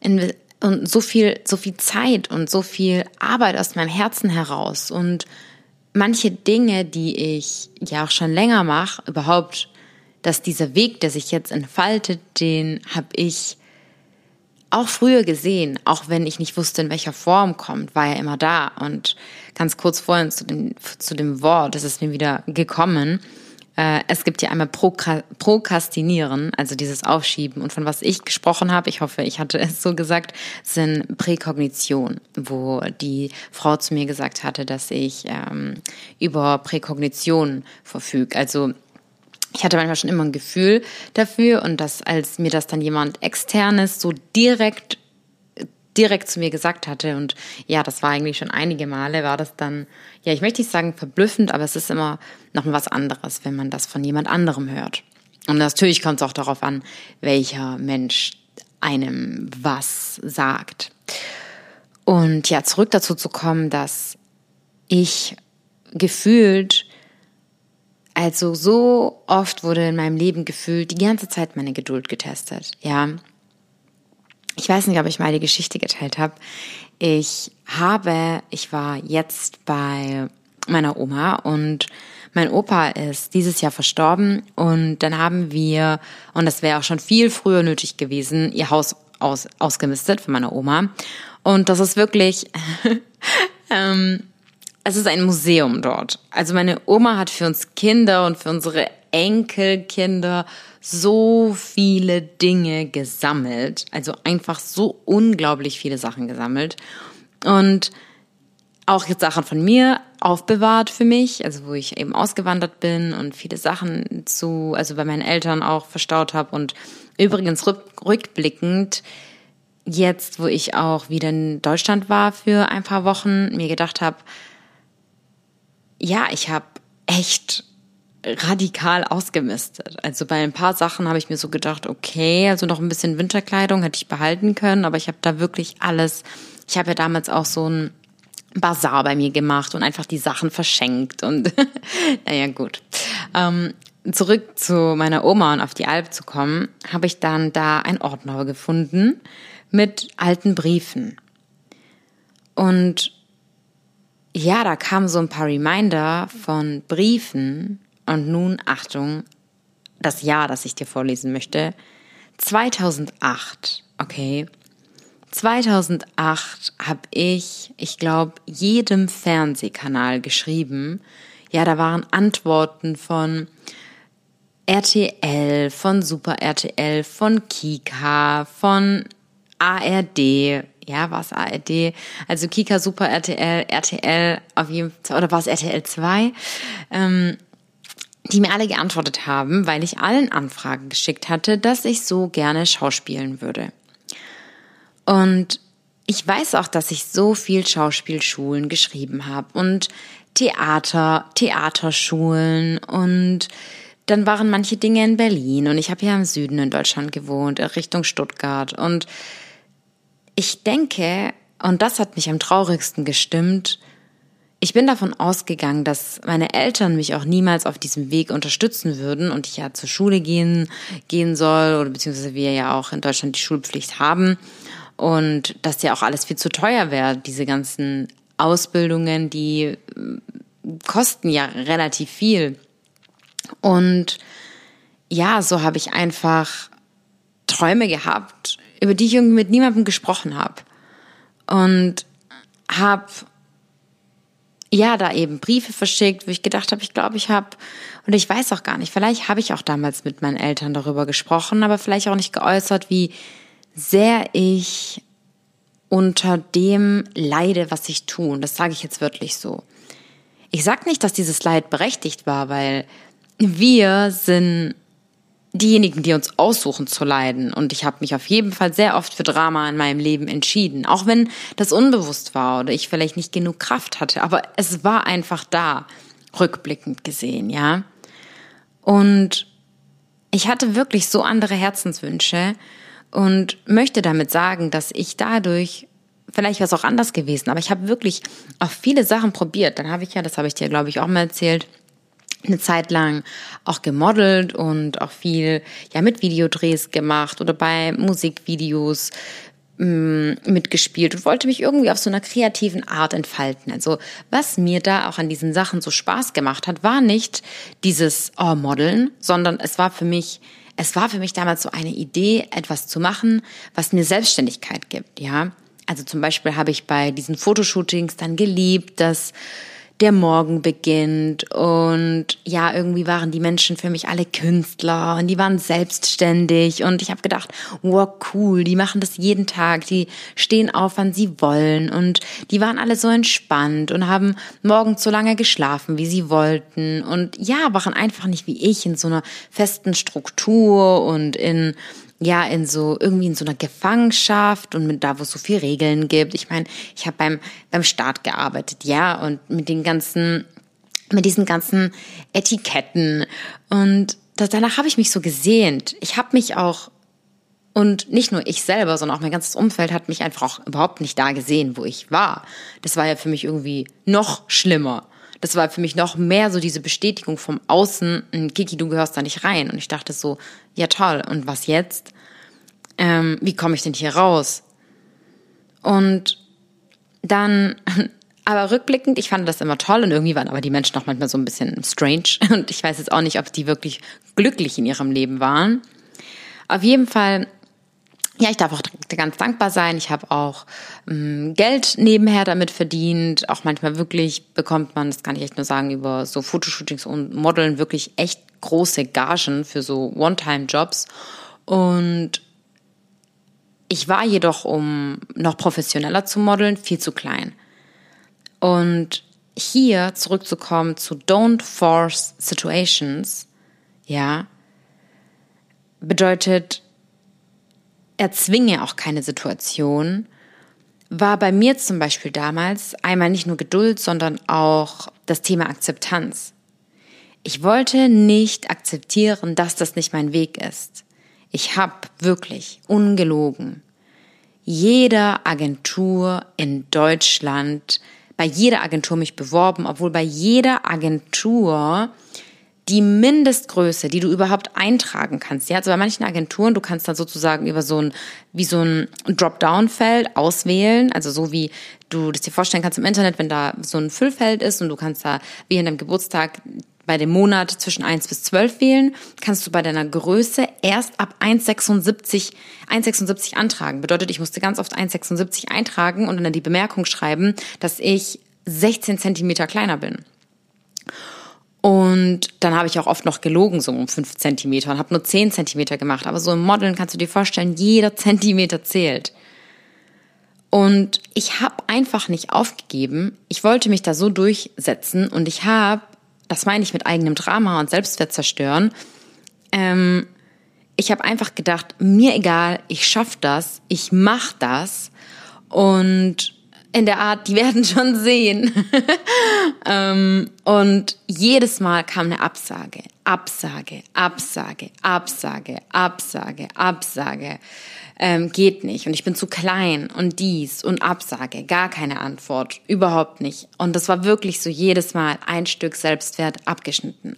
Zeit und so viel Arbeit aus meinem Herzen heraus und manche Dinge, die ich ja auch schon länger mache, überhaupt, dass dieser Weg, der sich jetzt entfaltet, den habe ich auch früher gesehen, auch wenn ich nicht wusste, in welcher Form kommt, war er immer da. Und ganz kurz vorhin zu dem Wort, das ist mir wieder gekommen. Es gibt ja einmal Prokrastinieren, also dieses Aufschieben. Und von was ich gesprochen habe, ich hoffe, ich hatte es so gesagt, sind Präkognition, wo die Frau zu mir gesagt hatte, dass ich über Präkognition verfüge. Also ich hatte manchmal schon immer ein Gefühl dafür und dass, als mir das dann jemand Externes so direkt zu mir gesagt hatte und ja, das war eigentlich schon einige Male, war das dann, ja, ich möchte nicht sagen verblüffend, aber es ist immer noch was anderes, wenn man das von jemand anderem hört. Und natürlich kommt es auch darauf an, welcher Mensch einem was sagt. Und ja, zurück dazu zu kommen, dass ich gefühlt, also so oft wurde in meinem Leben gefühlt die ganze Zeit meine Geduld getestet, ja. Ich weiß nicht, ob ich mal die Geschichte geteilt habe. Ich war jetzt bei meiner Oma und mein Opa ist dieses Jahr verstorben und dann haben wir, und das wäre auch schon viel früher nötig gewesen, ihr Haus ausgemistet für meine Oma. Und das ist wirklich, es ist ein Museum dort. Also meine Oma hat für uns Kinder und für unsere Enkelkinder so viele Dinge gesammelt, also einfach so unglaublich viele Sachen gesammelt und auch jetzt Sachen von mir aufbewahrt für mich, also wo ich eben ausgewandert bin und viele Sachen also bei meinen Eltern auch verstaut habe und übrigens rückblickend jetzt, wo ich auch wieder in Deutschland war für ein paar Wochen, mir gedacht habe, ja, ich habe echt radikal ausgemistet. Also bei ein paar Sachen habe ich mir so gedacht, okay, also noch ein bisschen Winterkleidung hätte ich behalten können, aber ich habe da wirklich alles, ich habe ja damals auch so ein Basar bei mir gemacht und einfach die Sachen verschenkt und naja, gut. Zurück zu meiner Oma und auf die Alp zu kommen, habe ich dann da einen Ordner gefunden mit alten Briefen. Und ja, da kamen so ein paar Reminder von Briefen. Und nun, Achtung, das Jahr, das ich dir vorlesen möchte. 2008, okay. 2008 habe ich glaube, jedem Fernsehkanal geschrieben. Ja, da waren Antworten von RTL, von Super RTL, von Kika, von ARD. Ja, war es ARD? Also Kika, Super RTL, RTL auf jeden Fall, oder war es RTL 2? Die mir alle geantwortet haben, weil ich allen Anfragen geschickt hatte, dass ich so gerne schauspielen würde. Und ich weiß auch, dass ich so viel Schauspielschulen geschrieben habe und Theaterschulen und dann waren manche Dinge in Berlin und ich habe ja im Süden in Deutschland gewohnt, Richtung Stuttgart und ich denke, und das hat mich am traurigsten gestimmt, ich bin davon ausgegangen, dass meine Eltern mich auch niemals auf diesem Weg unterstützen würden und ich ja zur Schule gehen soll oder beziehungsweise wir ja auch in Deutschland die Schulpflicht haben und dass ja auch alles viel zu teuer wäre. Diese ganzen Ausbildungen, die kosten ja relativ viel. Und ja, so habe ich einfach Träume gehabt, über die ich irgendwie mit niemandem gesprochen habe. Und habe da eben Briefe verschickt, wo ich gedacht habe, ich glaube, ich habe, und ich weiß auch gar nicht, vielleicht habe ich auch damals mit meinen Eltern darüber gesprochen, aber vielleicht auch nicht geäußert, wie sehr ich unter dem leide, was ich tue. Und das sage ich jetzt wörtlich so. Ich sage nicht, dass dieses Leid berechtigt war, weil wir sind diejenigen, die uns aussuchen zu leiden. Und ich habe mich auf jeden Fall sehr oft für Drama in meinem Leben entschieden. Auch wenn das unbewusst war oder ich vielleicht nicht genug Kraft hatte. Aber es war einfach da, rückblickend gesehen, ja. Und ich hatte wirklich so andere Herzenswünsche und möchte damit sagen, dass ich dadurch, vielleicht wäre es auch anders gewesen, aber ich habe wirklich auch viele Sachen probiert. Dann habe ich ja, das habe ich dir, glaube ich, auch mal erzählt, eine Zeit lang auch gemodelt und auch viel mit Videodrehs gemacht oder bei Musikvideos mitgespielt und wollte mich irgendwie auf so einer kreativen Art entfalten. Also was mir da auch an diesen Sachen so Spaß gemacht hat, war nicht dieses Modeln, sondern es war für mich damals so eine Idee, etwas zu machen, was mir Selbstständigkeit gibt, ja. Also zum Beispiel habe ich bei diesen Fotoshootings dann geliebt, dass der Morgen beginnt und ja, irgendwie waren die Menschen für mich alle Künstler und die waren selbstständig und ich habe gedacht, wow, cool, die machen das jeden Tag, die stehen auf, wann sie wollen und die waren alle so entspannt und haben morgens so lange geschlafen, wie sie wollten und ja, waren einfach nicht wie ich in so einer festen Struktur und in so einer Gefangenschaft und mit da, wo es so viel Regeln gibt. Ich meine, ich habe beim Staat gearbeitet, ja, und mit diesen ganzen Etiketten und danach habe ich mich so gesehnt. Ich habe mich auch, und nicht nur ich selber, sondern auch mein ganzes Umfeld hat mich einfach auch überhaupt nicht da gesehen, wo ich war. Das war ja für mich irgendwie noch schlimmer. Das war für mich noch mehr so diese Bestätigung vom Außen, Kiki, du gehörst da nicht rein. Und ich dachte so, ja toll, und was jetzt? Wie komme ich denn hier raus? Und dann, aber rückblickend, ich fand das immer toll und irgendwie waren aber die Menschen auch manchmal so ein bisschen strange. Und ich weiß jetzt auch nicht, ob die wirklich glücklich in ihrem Leben waren. Auf jeden Fall, ja, ich darf auch ganz dankbar sein. Ich habe auch Geld nebenher damit verdient. Auch manchmal wirklich bekommt man, das kann ich echt nur sagen, über so Fotoshootings und Modeln wirklich echt große Gagen für so One-Time-Jobs. Und ich war jedoch, um noch professioneller zu modeln, viel zu klein. Und hier zurückzukommen zu Don't Force Situations, ja, bedeutet, erzwinge auch keine Situation, war bei mir zum Beispiel damals einmal nicht nur Geduld, sondern auch das Thema Akzeptanz. Ich wollte nicht akzeptieren, dass das nicht mein Weg ist. Ich habe wirklich, ungelogen, jeder Agentur in Deutschland, bei jeder Agentur mich beworben, obwohl bei jeder Agentur die Mindestgröße, die du überhaupt eintragen kannst, ja, also bei manchen Agenturen, du kannst dann sozusagen über so ein Dropdown-Feld auswählen, also so wie du das dir vorstellen kannst im Internet, wenn da so ein Füllfeld ist und du kannst da wie in deinem Geburtstag bei dem Monat zwischen 1 bis 12 wählen, kannst du bei deiner Größe erst ab 1,76 antragen. Bedeutet, ich musste ganz oft 1,76 eintragen und dann die Bemerkung schreiben, dass ich 16 Zentimeter kleiner bin. Und dann habe ich auch oft noch gelogen, so um 5 Zentimeter und habe nur 10 Zentimeter gemacht. Aber so im Modeln kannst du dir vorstellen, jeder Zentimeter zählt. Und ich habe einfach nicht aufgegeben. Ich wollte mich da so durchsetzen und ich habe, das meine ich mit eigenem Drama und Selbstwert zerstören, ich habe einfach gedacht, mir egal, ich schaffe das, ich mache das und in der Art, die werden schon sehen. Und jedes Mal kam eine Absage. geht nicht und ich bin zu klein und dies und Absage, gar keine Antwort, überhaupt nicht. Und das war wirklich so jedes Mal ein Stück Selbstwert abgeschnitten.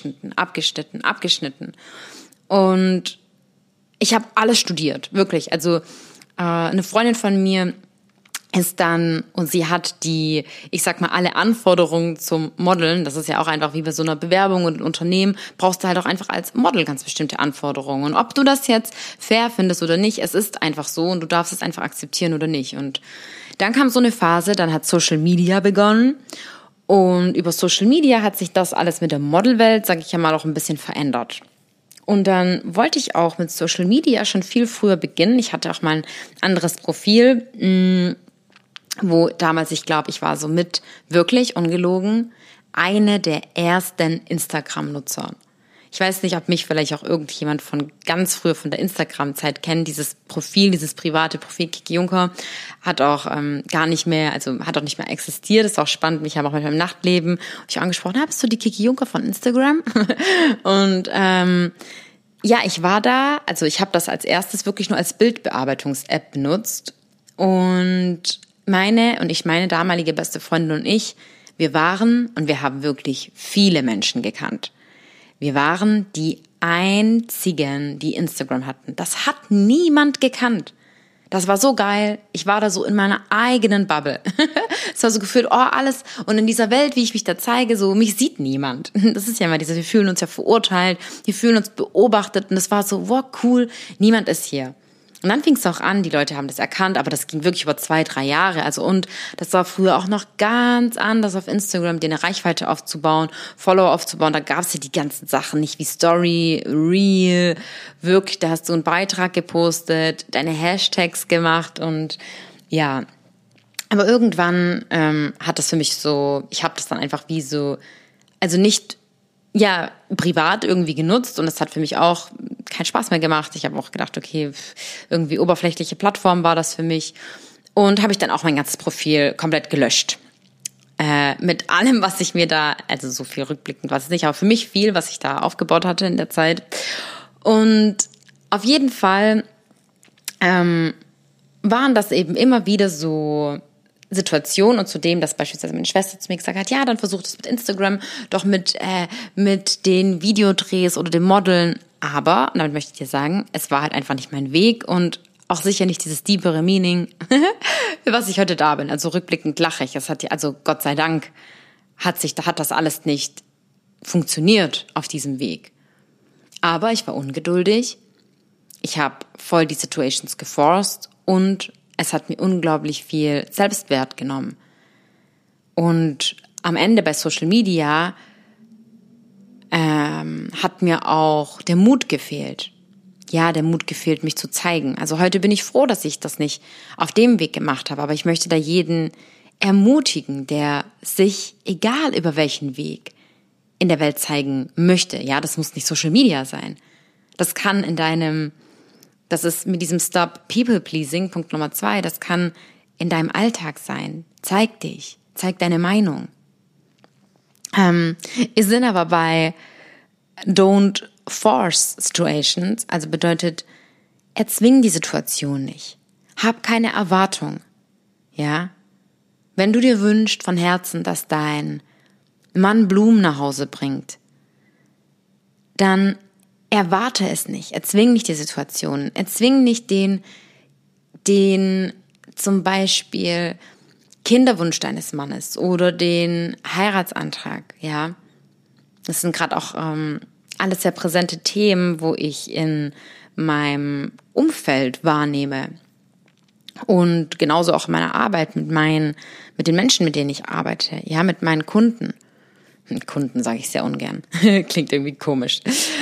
Und ich habe alles studiert, wirklich. Also eine Freundin von mir ist dann, und sie hat alle Anforderungen zum Modeln, das ist ja auch einfach wie bei so einer Bewerbung und Unternehmen, brauchst du halt auch einfach als Model ganz bestimmte Anforderungen. Und ob du das jetzt fair findest oder nicht, es ist einfach so und du darfst es einfach akzeptieren oder nicht. Und dann kam so eine Phase, dann hat Social Media begonnen und über Social Media hat sich das alles mit der Modelwelt, sage ich ja mal, auch ein bisschen verändert. Und dann wollte ich auch mit Social Media schon viel früher beginnen. Ich hatte auch mal ein anderes Profil, wo damals, ich glaube, ich war so mit, wirklich ungelogen, eine der ersten Instagram-Nutzer. Ich weiß nicht, ob mich vielleicht auch irgendjemand von ganz früher von der Instagram-Zeit kennt. Dieses private Profil Kiki Juncker hat auch hat auch nicht mehr existiert. Das ist auch spannend. Mich haben auch mit meinem Nachtleben ich angesprochen, bist du die Kiki Juncker von Instagram? Und ich war da. Also ich habe das als erstes wirklich nur als Bildbearbeitungs-App benutzt. Und meine damalige beste Freundin und ich, wir haben wirklich viele Menschen gekannt. Wir waren die einzigen, die Instagram hatten. Das hat niemand gekannt. Das war so geil. Ich war da so in meiner eigenen Bubble. Es war so gefühlt, alles. Und in dieser Welt, wie ich mich da zeige, so, mich sieht niemand. Das ist ja immer wir fühlen uns ja verurteilt, wir fühlen uns beobachtet. Und es war so, wow, cool, niemand ist hier. Und dann fing es auch an, die Leute haben das erkannt, aber das ging wirklich über 2-3 Jahre. Und das war früher auch noch ganz anders auf Instagram, dir eine Reichweite aufzubauen, Follower aufzubauen. Da gab es ja die ganzen Sachen nicht wie Story, Reel, wirklich, da hast du einen Beitrag gepostet, deine Hashtags gemacht und ja. Aber irgendwann hat das für mich so, ich habe das dann einfach wie so, also nicht privat irgendwie genutzt und es hat für mich auch keinen Spaß mehr gemacht. Ich habe auch gedacht, okay, irgendwie oberflächliche Plattform war das für mich und habe ich dann auch mein ganzes Profil komplett gelöscht. Mit allem, was ich mir da, also so viel rückblickend war es nicht, aber für mich viel, was ich da aufgebaut hatte in der Zeit. Und auf jeden Fall waren das eben immer wieder so Situation und zudem, dass beispielsweise meine Schwester zu mir gesagt hat, ja, dann versuch das mit Instagram, doch mit den Videodrehs oder dem Modeln. Aber, und damit möchte ich dir sagen, es war halt einfach nicht mein Weg und auch sicher nicht dieses deepere Meaning, für was ich heute da bin. Also rückblickend lache ich. Gott sei Dank hat das alles nicht funktioniert auf diesem Weg. Aber ich war ungeduldig. Ich habe voll die Situations geforst und es hat mir unglaublich viel Selbstwert genommen. Und am Ende bei Social Media hat mir auch der Mut gefehlt. Ja, der Mut gefehlt, mich zu zeigen. Also heute bin ich froh, dass ich das nicht auf dem Weg gemacht habe. Aber ich möchte da jeden ermutigen, der sich, egal über welchen Weg, in der Welt zeigen möchte. Ja, das muss nicht Social Media sein. Das ist mit diesem Stop People Pleasing, Punkt Nummer 2, das kann in deinem Alltag sein. Zeig dich, zeig deine Meinung. Wir sind aber bei Don't Force Situations, also bedeutet, erzwing die Situation nicht. Hab keine Erwartung. Ja? Wenn du dir wünschst von Herzen, dass dein Mann Blumen nach Hause bringt, dann erwarte es nicht, erzwing nicht die Situation, erzwing nicht den zum Beispiel Kinderwunsch deines Mannes oder den Heiratsantrag, ja. Das sind gerade auch alles sehr präsente Themen, wo ich in meinem Umfeld wahrnehme und genauso auch in meiner Arbeit mit den Menschen, mit denen ich arbeite, ja, mit meinen Kunden. Kunden sage ich sehr ungern. Klingt irgendwie komisch.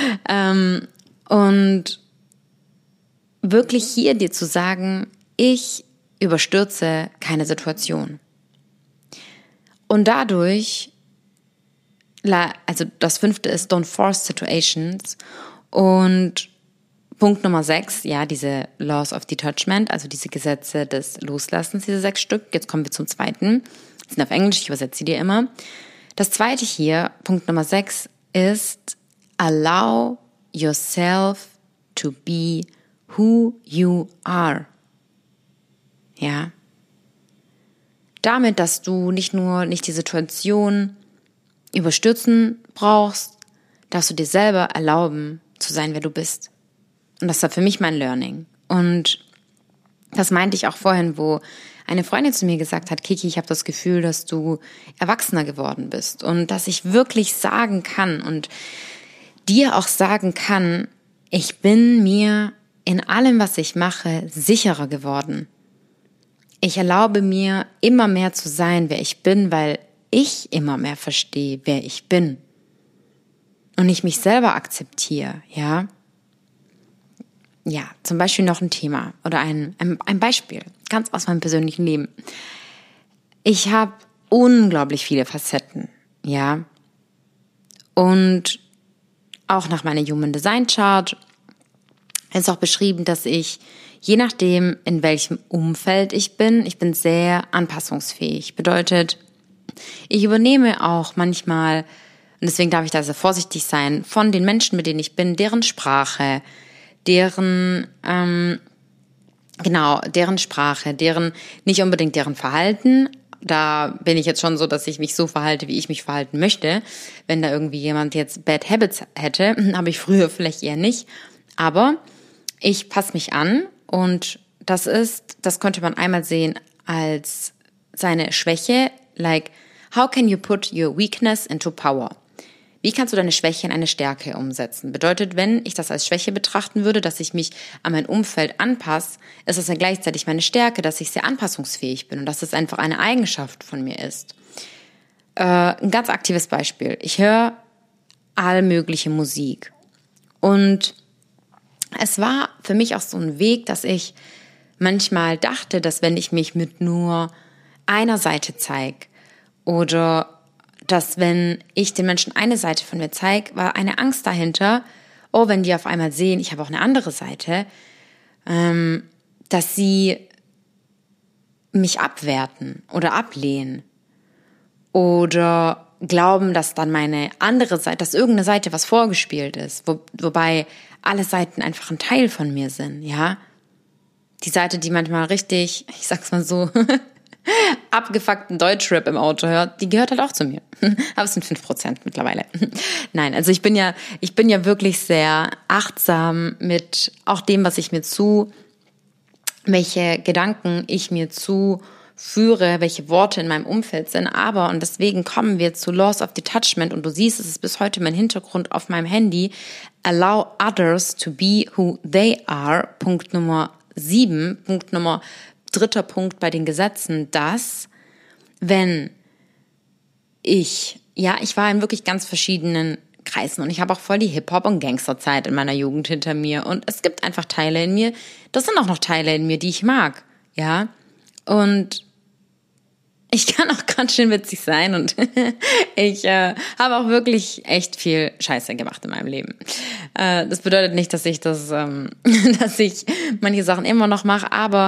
Und wirklich hier dir zu sagen, ich überstürze keine Situation. Und dadurch, also das 5. ist Don't Force Situations und Punkt Nummer 6, ja, diese Laws of Detachment, also diese Gesetze des Loslassens, diese 6 Stück. Jetzt kommen wir zum 2. Die sind auf Englisch, ich übersetze sie dir immer. Das 2. hier, Punkt Nummer 6, ist Allow yourself to be who you are. Ja. Damit, dass du nicht die Situation überstürzen brauchst, darfst du dir selber erlauben, zu sein, wer du bist. Und das war für mich mein Learning. Und das meinte ich auch vorhin, wo eine Freundin zu mir gesagt hat, Kiki, ich habe das Gefühl, dass du erwachsener geworden bist und dass ich wirklich sagen kann und dir auch sagen kann, ich bin mir in allem, was ich mache, sicherer geworden. Ich erlaube mir, immer mehr zu sein, wer ich bin, weil ich immer mehr verstehe, wer ich bin. Und ich mich selber akzeptiere, ja. Ja, zum Beispiel noch ein Thema oder ein Beispiel, ganz aus meinem persönlichen Leben. Ich habe unglaublich viele Facetten, ja. Und auch nach meiner Human Design Chart ist auch beschrieben, dass ich, je nachdem, in welchem Umfeld ich bin sehr anpassungsfähig. Bedeutet, ich übernehme auch manchmal, und deswegen darf ich da sehr vorsichtig sein, von den Menschen, mit denen ich bin, deren Sprache, deren nicht unbedingt deren Verhalten. Da bin ich jetzt schon so, dass ich mich so verhalte, wie ich mich verhalten möchte. Wenn da irgendwie jemand jetzt Bad Habits hätte, habe ich früher vielleicht eher nicht. Aber ich passe mich an und das könnte man einmal sehen als seine Schwäche, like, how can you put your weakness into power? Wie kannst du deine Schwäche in eine Stärke umsetzen? Bedeutet, wenn ich das als Schwäche betrachten würde, dass ich mich an mein Umfeld anpasse, ist es ja gleichzeitig meine Stärke, dass ich sehr anpassungsfähig bin und dass es einfach eine Eigenschaft von mir ist. Ein ganz aktives Beispiel. Ich höre all mögliche Musik. Und es war für mich auch so ein Weg, dass ich manchmal dachte, dass wenn ich mich mit nur einer Seite zeige oder dass wenn ich den Menschen eine Seite von mir zeige, war eine Angst dahinter, oh, wenn die auf einmal sehen, ich habe auch eine andere Seite, dass sie mich abwerten oder ablehnen oder glauben, dass dann meine andere Seite, dass irgendeine Seite was vorgespielt ist, wobei alle Seiten einfach ein Teil von mir sind, ja. Die Seite, die manchmal richtig, ich sag's mal so, abgefuckten Deutschrap im Auto hört, die gehört halt auch zu mir. Aber es sind 5% mittlerweile. Nein, also ich bin ja wirklich sehr achtsam mit auch dem, was ich mir welche Gedanken ich mir zuführe, welche Worte in meinem Umfeld sind. Aber, und deswegen kommen wir zu Laws of Detachment, und du siehst, es ist bis heute mein Hintergrund auf meinem Handy, allow others to be who they are, Punkt Nummer 7, dritter Punkt bei den Gesetzen, dass wenn ich war in wirklich ganz verschiedenen Kreisen und ich habe auch voll die Hip-Hop- und Gangsterzeit in meiner Jugend hinter mir und es gibt einfach Teile in mir, das sind auch noch Teile in mir, die ich mag, ja, und ich kann auch ganz schön witzig sein und ich habe auch wirklich echt viel Scheiße gemacht in meinem Leben. Das bedeutet nicht, dass ich dass ich manche Sachen immer noch mache, aber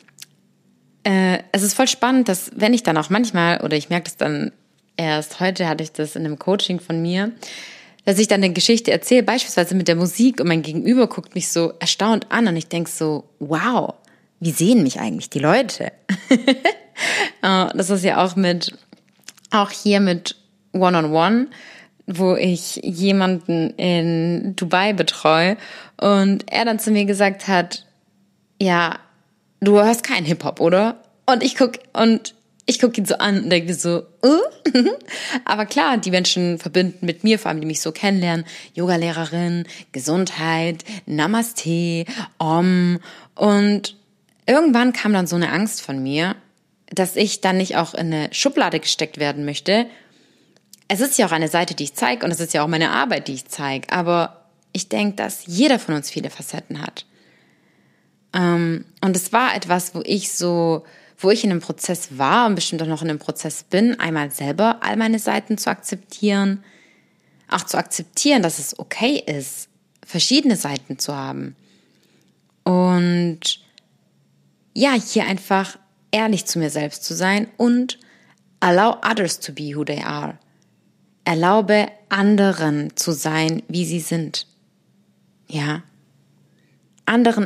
es ist voll spannend, dass wenn ich dann auch manchmal, oder ich merke das dann erst heute, hatte ich das in einem Coaching von mir, dass ich dann eine Geschichte erzähle, beispielsweise mit der Musik, und mein Gegenüber guckt mich so erstaunt an und ich denke so, wow, wie sehen mich eigentlich die Leute? Das ist ja auch hier mit One-on-One, wo ich jemanden in Dubai betreue und er dann zu mir gesagt hat, ja, du hörst keinen Hip-Hop, oder? Und ich guck ihn so an und denke so, aber klar, die Menschen verbinden mit mir, vor allem die mich so kennenlernen, Yogalehrerin, Gesundheit, Namaste, Om, und irgendwann kam dann so eine Angst von mir, dass ich dann nicht auch in eine Schublade gesteckt werden möchte. Es ist ja auch eine Seite, die ich zeige, und es ist ja auch meine Arbeit, die ich zeige, aber ich denke, dass jeder von uns viele Facetten hat. Und es war etwas, wo ich in einem Prozess war und bestimmt auch noch in einem Prozess bin, einmal selber all meine Seiten zu akzeptieren, auch zu akzeptieren, dass es okay ist, verschiedene Seiten zu haben. Und ja, hier einfach ehrlich zu mir selbst zu sein und allow others to be who they are. Erlaube anderen zu sein, wie sie sind. Ja. anderen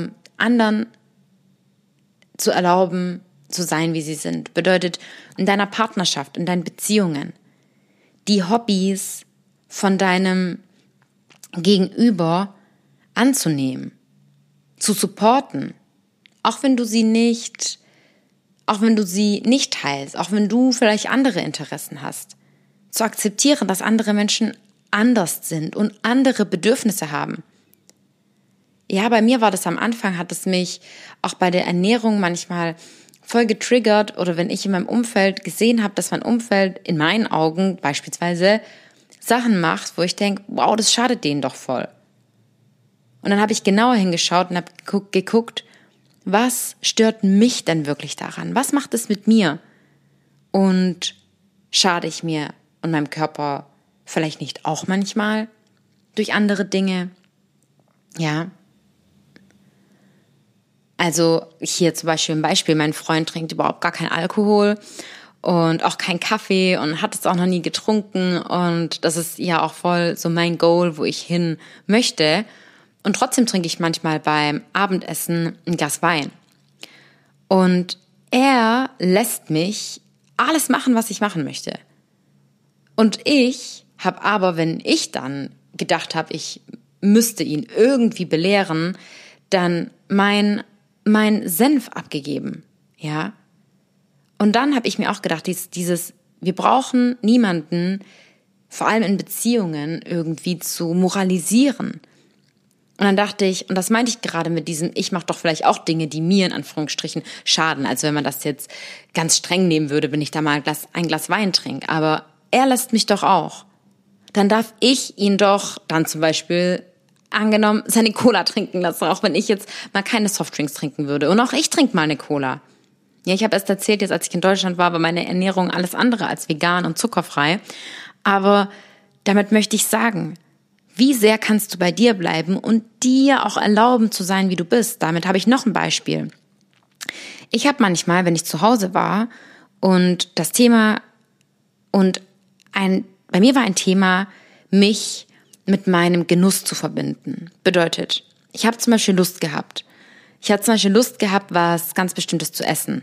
zu erlauben, zu sein, wie sie sind. Bedeutet, in deiner Partnerschaft, in deinen Beziehungen, die Hobbys von deinem Gegenüber anzunehmen, zu supporten, auch wenn du sie nicht teilst, auch wenn du vielleicht andere Interessen hast, zu akzeptieren, dass andere Menschen anders sind und andere Bedürfnisse haben. Ja, bei mir war das am Anfang, hat es mich auch bei der Ernährung manchmal voll getriggert oder wenn ich in meinem Umfeld gesehen habe, dass mein Umfeld in meinen Augen beispielsweise Sachen macht, wo ich denke, wow, das schadet denen doch voll. Und dann habe ich genauer hingeschaut und habe geguckt, was stört mich denn wirklich daran? Was macht es mit mir? Und schade ich mir und meinem Körper vielleicht nicht auch manchmal durch andere Dinge? Ja. Also hier zum Beispiel mein Freund trinkt überhaupt gar keinen Alkohol und auch keinen Kaffee und hat es auch noch nie getrunken und das ist ja auch voll so mein Goal, wo ich hin möchte. Und trotzdem trinke ich manchmal beim Abendessen ein Glas Wein. Und er lässt mich alles machen, was ich machen möchte. Und ich habe aber, wenn ich dann gedacht habe, ich müsste ihn irgendwie belehren, dann mein Senf abgegeben, ja. Und dann habe ich mir auch gedacht, wir brauchen niemanden, vor allem in Beziehungen, irgendwie zu moralisieren. Und dann dachte ich, und das meinte ich gerade mit diesem, ich mache doch vielleicht auch Dinge, die mir in Anführungsstrichen schaden. Also wenn man das jetzt ganz streng nehmen würde, wenn ich da mal ein Glas Wein trinke. Aber er lässt mich doch auch. Dann darf ich ihn doch dann zum Beispiel angenommen seine Cola trinken lassen, auch wenn ich jetzt mal keine Softdrinks trinken würde. Und auch ich trinke mal eine Cola. Ja, ich habe erst erzählt, jetzt als ich in Deutschland war meine Ernährung alles andere als vegan und zuckerfrei. Aber damit möchte ich sagen, wie sehr kannst du bei dir bleiben und dir auch erlauben zu sein, wie du bist? Damit habe ich noch ein Beispiel. Ich habe manchmal, wenn ich zu Hause war und das Thema bei mir war ein Thema, mich mit meinem Genuss zu verbinden. Bedeutet, ich habe zum Beispiel Lust gehabt. Ich hatte zum Beispiel Lust gehabt, was ganz Bestimmtes zu essen.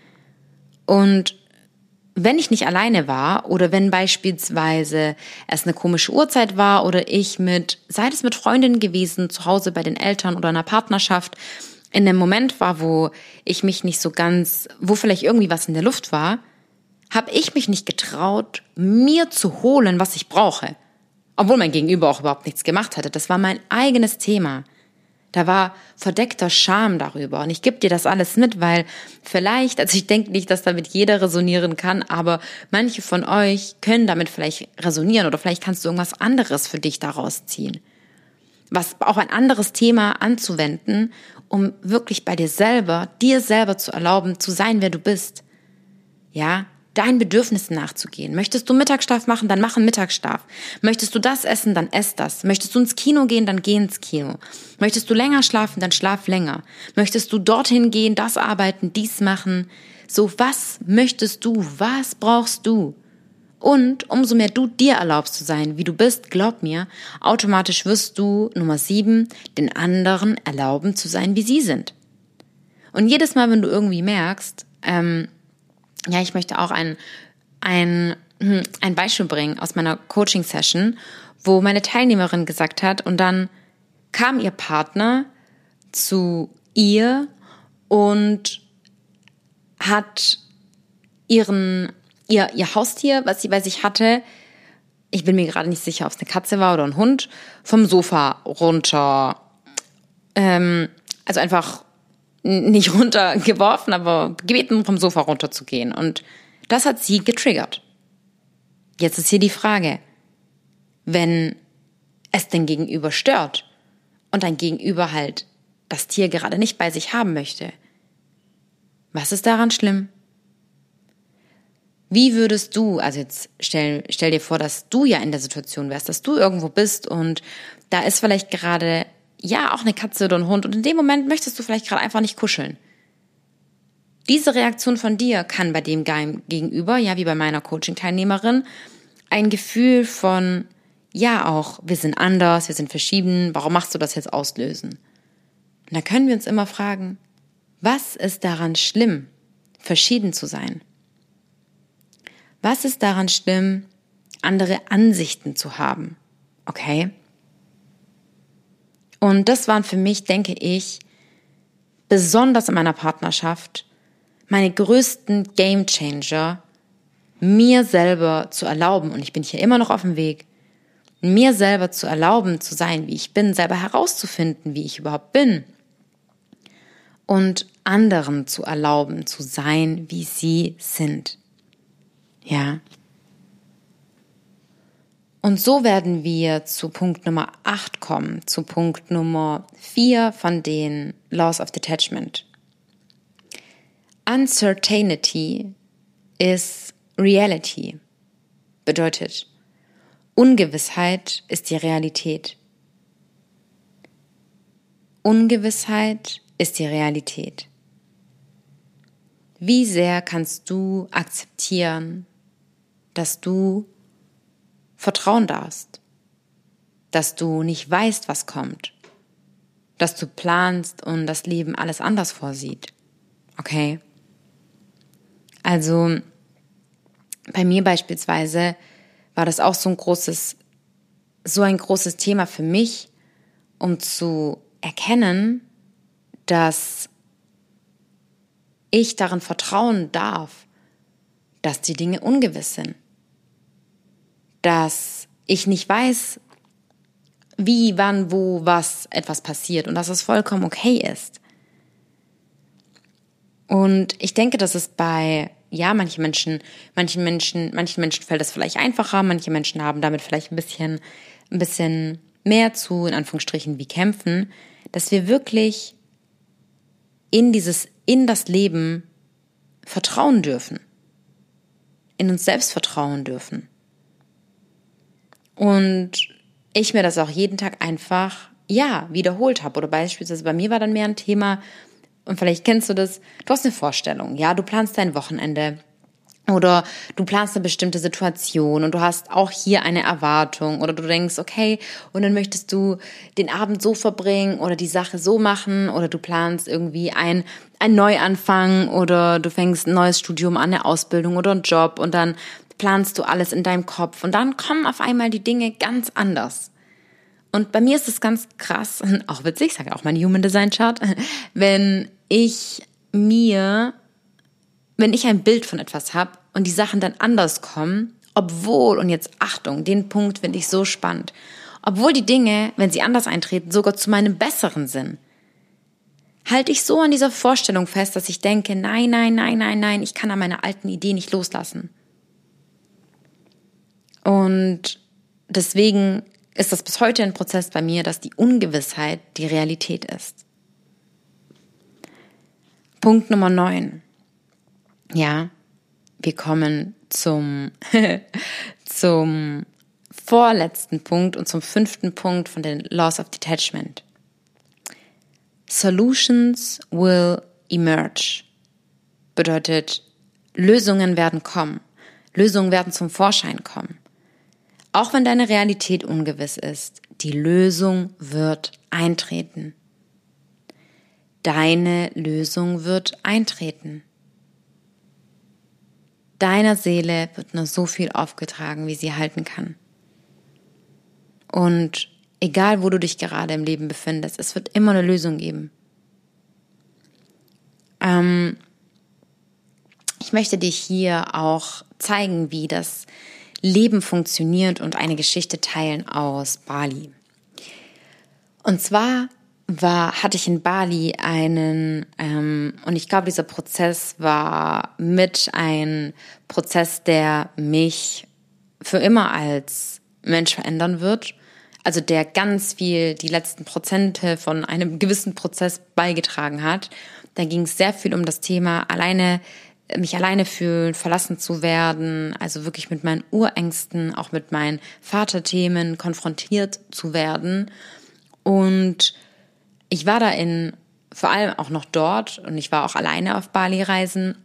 Und wenn ich nicht alleine war oder wenn beispielsweise es eine komische Uhrzeit war oder sei es mit Freundinnen gewesen, zu Hause bei den Eltern oder einer Partnerschaft, in einem Moment war, wo ich mich nicht so ganz, wo vielleicht irgendwie was in der Luft war, habe ich mich nicht getraut, mir zu holen, was ich brauche. Obwohl mein Gegenüber auch überhaupt nichts gemacht hatte. Das war mein eigenes Thema. Da war verdeckter Scham darüber. Und ich gebe dir das alles mit, weil vielleicht, also ich denke nicht, dass damit jeder resonieren kann, aber manche von euch können damit vielleicht resonieren oder vielleicht kannst du irgendwas anderes für dich daraus ziehen. Was auch ein anderes Thema anzuwenden, um wirklich bei dir selber zu erlauben, zu sein, wer du bist. Ja, deinen Bedürfnissen nachzugehen. Möchtest du Mittagsschlaf machen, dann mach einen Mittagsschlaf. Möchtest du das essen, dann ess das. Möchtest du ins Kino gehen, dann geh ins Kino. Möchtest du länger schlafen, dann schlaf länger. Möchtest du dorthin gehen, das arbeiten, dies machen. So, was möchtest du? Was brauchst du? Und umso mehr du dir erlaubst zu sein, wie du bist, glaub mir, automatisch wirst du, Nummer 7, den anderen erlauben zu sein, wie sie sind. Und jedes Mal, wenn du irgendwie merkst, ich möchte auch ein Beispiel bringen aus meiner Coaching-Session, wo meine Teilnehmerin gesagt hat, und dann kam ihr Partner zu ihr und hat ihr Haustier, was sie bei sich hatte, ich bin mir gerade nicht sicher, ob es eine Katze war oder ein Hund, vom Sofa runter, also einfach nicht runtergeworfen, aber gebeten, vom Sofa runterzugehen. Und das hat sie getriggert. Jetzt ist hier die Frage, wenn es den Gegenüber stört und dein Gegenüber halt das Tier gerade nicht bei sich haben möchte, was ist daran schlimm? Wie würdest du, also jetzt stell dir vor, dass du ja in der Situation wärst, dass du irgendwo bist und da ist vielleicht gerade auch eine Katze oder ein Hund und in dem Moment möchtest du vielleicht gerade einfach nicht kuscheln. Diese Reaktion von dir kann bei dem Gegenüber, wie bei meiner Coaching-Teilnehmerin, ein Gefühl von, auch, wir sind anders, wir sind verschieden, warum machst du das jetzt auslösen? Und da können wir uns immer fragen, was ist daran schlimm, verschieden zu sein? Was ist daran schlimm, andere Ansichten zu haben? Okay? Und das waren für mich, denke ich, besonders in meiner Partnerschaft, meine größten Gamechanger, mir selber zu erlauben, und ich bin hier immer noch auf dem Weg, mir selber zu erlauben, zu sein, wie ich bin, selber herauszufinden, wie ich überhaupt bin, und anderen zu erlauben, zu sein, wie sie sind. Ja. Und so werden wir zu Punkt Nummer 8 kommen, zu Punkt Nummer 4 von den Laws of Detachment. Uncertainty is reality. Bedeutet, Ungewissheit ist die Realität. Ungewissheit ist die Realität. Wie sehr kannst du akzeptieren, dass du vertrauen darfst, dass du nicht weißt, was kommt, dass du planst und das Leben alles anders vorsieht. Okay? Also bei mir beispielsweise war das auch so ein großes Thema für mich, um zu erkennen, dass ich darin vertrauen darf, dass die Dinge ungewiss sind. Dass ich nicht weiß, wie, wann, wo, was etwas passiert und dass es vollkommen okay ist. Und ich denke, dass es bei, manchen Menschen fällt es vielleicht einfacher, manche Menschen haben damit vielleicht ein bisschen mehr zu, in Anführungsstrichen, wie kämpfen, dass wir wirklich in das Leben vertrauen dürfen, in uns selbst vertrauen dürfen. Und ich mir das auch jeden Tag einfach, wiederholt habe. Oder beispielsweise bei mir war dann mehr ein Thema, und vielleicht kennst du das, du hast eine Vorstellung, du planst dein Wochenende oder du planst eine bestimmte Situation und du hast auch hier eine Erwartung oder du denkst, okay, und dann möchtest du den Abend so verbringen oder die Sache so machen oder du planst irgendwie ein Neuanfang oder du fängst ein neues Studium an, eine Ausbildung oder einen Job und dann planst du alles in deinem Kopf und dann kommen auf einmal die Dinge ganz anders. Und bei mir ist es ganz krass, auch witzig, ich sage auch mein Human Design Chart, wenn ich ein Bild von etwas habe und die Sachen dann anders kommen, obwohl, und jetzt Achtung, den Punkt finde ich so spannend, obwohl die Dinge, wenn sie anders eintreten, sogar zu meinem Besseren sind, halte ich so an dieser Vorstellung fest, dass ich denke, nein, ich kann an meiner alten Idee nicht loslassen. Und deswegen ist das bis heute ein Prozess bei mir, dass die Ungewissheit die Realität ist. Punkt Nummer 9. Ja, wir kommen zum vorletzten Punkt und zum 5. Punkt von den Laws of Detachment. Solutions will emerge. Bedeutet, Lösungen werden kommen. Lösungen werden zum Vorschein kommen. Auch wenn deine Realität ungewiss ist, die Lösung wird eintreten. Deine Lösung wird eintreten. Deiner Seele wird nur so viel aufgetragen, wie sie halten kann. Und egal, wo du dich gerade im Leben befindest, es wird immer eine Lösung geben. Ich möchte dir hier auch zeigen, wie das Leben funktioniert und eine Geschichte teilen aus Bali. Und zwar hatte ich in Bali und ich glaube, dieser Prozess war mit ein Prozess, der mich für immer als Mensch verändern wird. Also der ganz viel die letzten Prozente von einem gewissen Prozess beigetragen hat. Da ging es sehr viel um das Thema mich alleine fühlen, verlassen zu werden, also wirklich mit meinen Urängsten, auch mit meinen Vaterthemen konfrontiert zu werden. Und ich war vor allem auch noch dort und ich war auch alleine auf Bali-Reisen.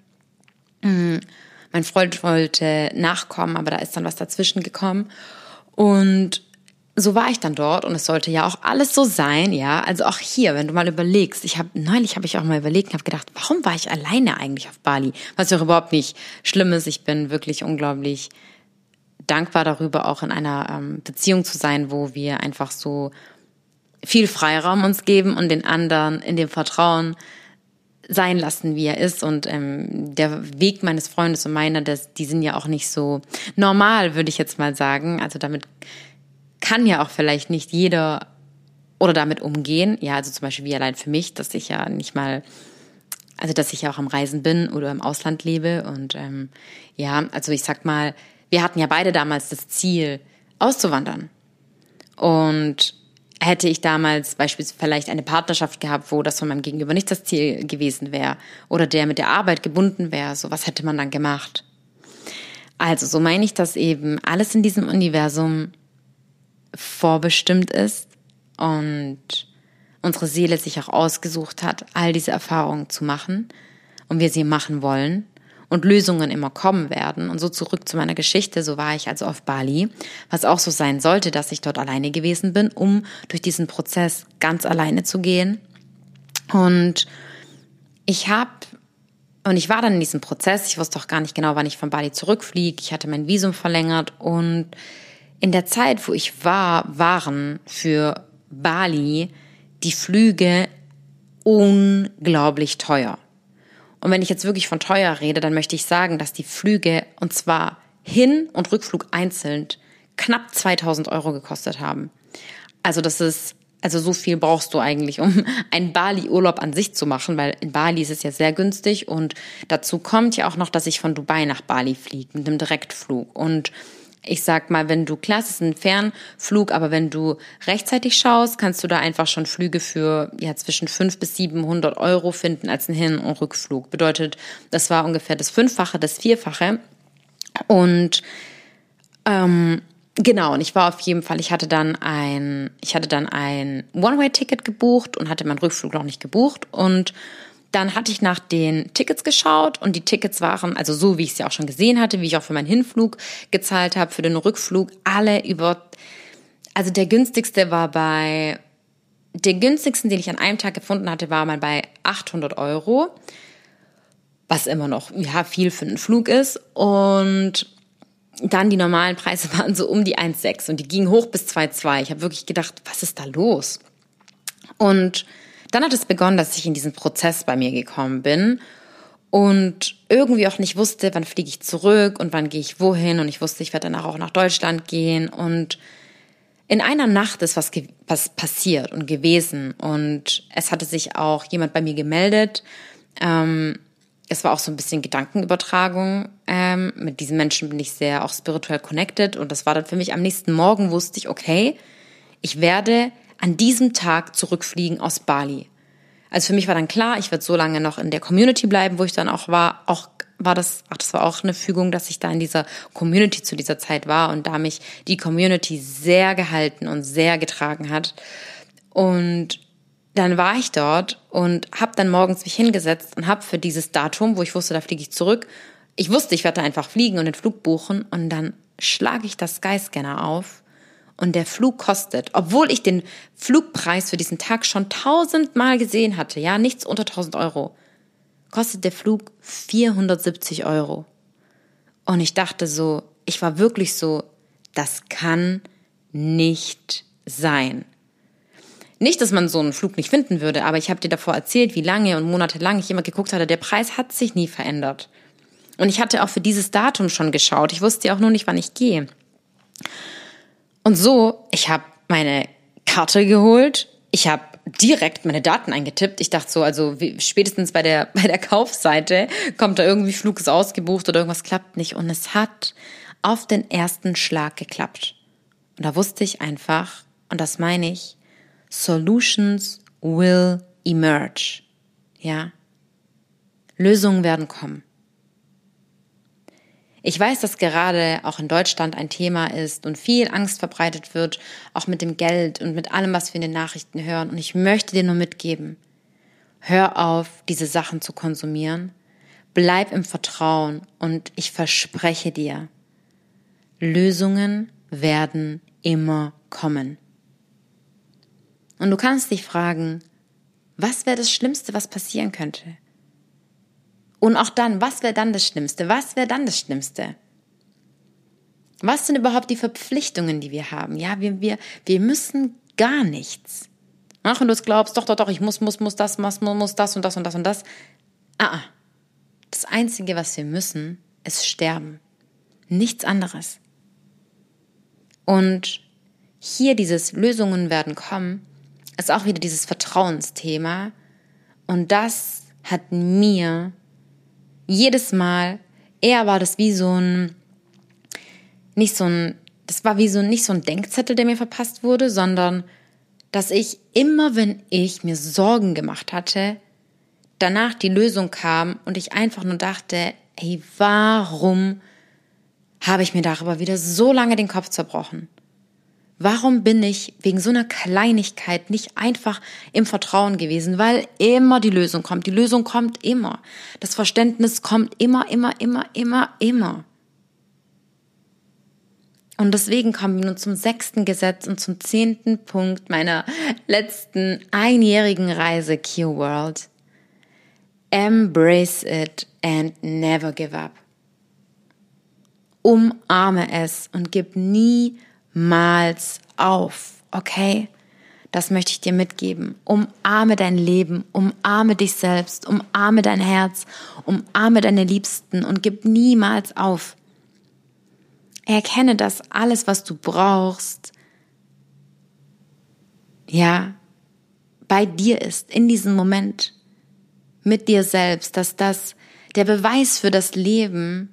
Mein Freund wollte nachkommen, aber da ist dann was dazwischen gekommen. Und so war ich dann dort und es sollte ja auch alles so sein, ja. Also auch hier, wenn du mal überlegst, neulich habe ich auch mal überlegt und habe gedacht, warum war ich alleine eigentlich auf Bali? Was ja auch überhaupt nicht schlimm ist. Ich bin wirklich unglaublich dankbar darüber, auch in einer Beziehung zu sein, wo wir einfach so viel Freiraum uns geben und den anderen in dem Vertrauen sein lassen, wie er ist. Und der Weg meines Freundes und meiner, die sind ja auch nicht so normal, würde ich jetzt mal sagen. Also damit kann ja auch vielleicht nicht jeder oder damit umgehen. Ja, also zum Beispiel wie allein für mich, dass ich ja nicht mal, also dass ich ja auch am Reisen bin oder im Ausland lebe. Und ja, also ich sag mal, wir hatten ja beide damals das Ziel, auszuwandern. Und hätte ich damals beispielsweise vielleicht eine Partnerschaft gehabt, wo das von meinem Gegenüber nicht das Ziel gewesen wäre oder der mit der Arbeit gebunden wäre, so was hätte man dann gemacht? Also so meine ich, dass eben alles in diesem Universum vorbestimmt ist und unsere Seele sich auch ausgesucht hat, all diese Erfahrungen zu machen und wir sie machen wollen und Lösungen immer kommen werden. Und so zurück zu meiner Geschichte, so war ich also auf Bali, was auch so sein sollte, dass ich dort alleine gewesen bin, um durch diesen Prozess ganz alleine zu gehen. Und ich war dann in diesem Prozess, ich wusste auch gar nicht genau, wann ich von Bali zurückfliege, ich hatte mein Visum verlängert und in der Zeit, wo ich waren für Bali die Flüge unglaublich teuer. Und wenn ich jetzt wirklich von teuer rede, dann möchte ich sagen, dass die Flüge, und zwar Hin- und Rückflug einzeln, knapp 2.000 Euro gekostet haben. Also so viel brauchst du eigentlich, um einen Bali-Urlaub an sich zu machen, weil in Bali ist es ja sehr günstig und dazu kommt ja auch noch, dass ich von Dubai nach Bali fliege mit einem Direktflug. Und ich sag mal, klar, es ist ein Fernflug, aber wenn du rechtzeitig schaust, kannst du da einfach schon Flüge für zwischen 500 bis 700 Euro finden als ein Hin- und Rückflug. Bedeutet, das war ungefähr das Fünffache, das Vierfache. Und genau, und ich war auf jeden Fall, ich hatte dann ein One-Way-Ticket gebucht und hatte meinen Rückflug noch nicht gebucht und dann hatte ich nach den Tickets geschaut und die Tickets waren, also so wie ich sie auch schon gesehen hatte, wie ich auch für meinen Hinflug gezahlt habe, für den Rückflug, also der günstigste, den ich an einem Tag gefunden hatte, war mal bei 800 Euro, was immer noch viel für einen Flug ist. Und dann die normalen Preise waren so um die 1,6 und die gingen hoch bis 2,2. Ich habe wirklich gedacht, was ist da los? Und dann hat es begonnen, dass ich in diesen Prozess bei mir gekommen bin und irgendwie auch nicht wusste, wann fliege ich zurück und wann gehe ich wohin. Und ich wusste, ich werde danach auch nach Deutschland gehen. Und in einer Nacht ist was passiert und gewesen. Und es hatte sich auch jemand bei mir gemeldet. Es war auch so ein bisschen Gedankenübertragung. Mit diesen Menschen bin ich sehr auch spirituell connected. Und das war dann für mich am nächsten Morgen, wusste ich, okay, ich werde an diesem Tag zurückfliegen aus Bali. Also für mich war dann klar, ich werde so lange noch in der Community bleiben, wo ich dann auch war. Das war auch eine Fügung, dass ich da in dieser Community zu dieser Zeit war und da mich die Community sehr gehalten und sehr getragen hat. Und dann war ich dort und habe dann morgens mich hingesetzt und habe für dieses Datum, wo ich wusste, da fliege ich zurück, ich wusste, ich werde da einfach fliegen und den Flug buchen und dann schlage ich das Skyscanner auf. Und der Flug kostet, obwohl ich den Flugpreis für diesen Tag schon 1000-mal gesehen hatte, ja, nichts unter 1.000 Euro, kostet der Flug 470 Euro. Und ich dachte so, ich war wirklich so, das kann nicht sein. Nicht, dass man so einen Flug nicht finden würde, aber ich habe dir davor erzählt, wie lange und monatelang ich immer geguckt hatte, der Preis hat sich nie verändert. Und ich hatte auch für dieses Datum schon geschaut, ich wusste ja auch nur nicht, wann ich gehe. Und so, ich habe meine Karte geholt, ich habe direkt meine Daten eingetippt. Ich dachte so, also spätestens bei der Kaufseite kommt da irgendwie Flug ist ausgebucht oder irgendwas klappt nicht. Und es hat auf den ersten Schlag geklappt. Und da wusste ich einfach, und das meine ich, Solutions will emerge. Ja, Lösungen werden kommen. Ich weiß, dass gerade auch in Deutschland ein Thema ist und viel Angst verbreitet wird, auch mit dem Geld und mit allem, was wir in den Nachrichten hören. Und ich möchte dir nur mitgeben, hör auf, diese Sachen zu konsumieren. Bleib im Vertrauen und ich verspreche dir, Lösungen werden immer kommen. Und du kannst dich fragen, was wäre das Schlimmste, was passieren könnte? Und auch dann, was wäre dann das Schlimmste? Was wäre dann das Schlimmste? Was sind überhaupt die Verpflichtungen, die wir haben? Ja, wir müssen gar nichts. Ach, und du glaubst, doch, ich muss das und das und das und das. Das Einzige, was wir müssen, ist sterben. Nichts anderes. Und hier dieses Lösungen werden kommen, ist auch wieder dieses Vertrauensthema. Und das hat mir jedes Mal, eher war das wie nicht so ein Denkzettel, der mir verpasst wurde, sondern dass ich immer, wenn ich mir Sorgen gemacht hatte, danach die Lösung kam und ich einfach nur dachte, ey, warum habe ich mir darüber wieder so lange den Kopf zerbrochen? Warum bin ich wegen so einer Kleinigkeit nicht einfach im Vertrauen gewesen? Weil immer die Lösung kommt. Die Lösung kommt immer. Das Verständnis kommt immer. Und deswegen kommen wir nun zum 6. Gesetz und zum 10. Punkt meiner letzten einjährigen Reise Q World. Embrace it and never give up. Umarme es und gib niemals auf, okay? Das möchte ich dir mitgeben. Umarme dein Leben, umarme dich selbst, umarme dein Herz, umarme deine Liebsten und gib niemals auf. Erkenne, dass alles, was du brauchst, ja, bei dir ist, in diesem Moment, mit dir selbst, dass das der Beweis für das Leben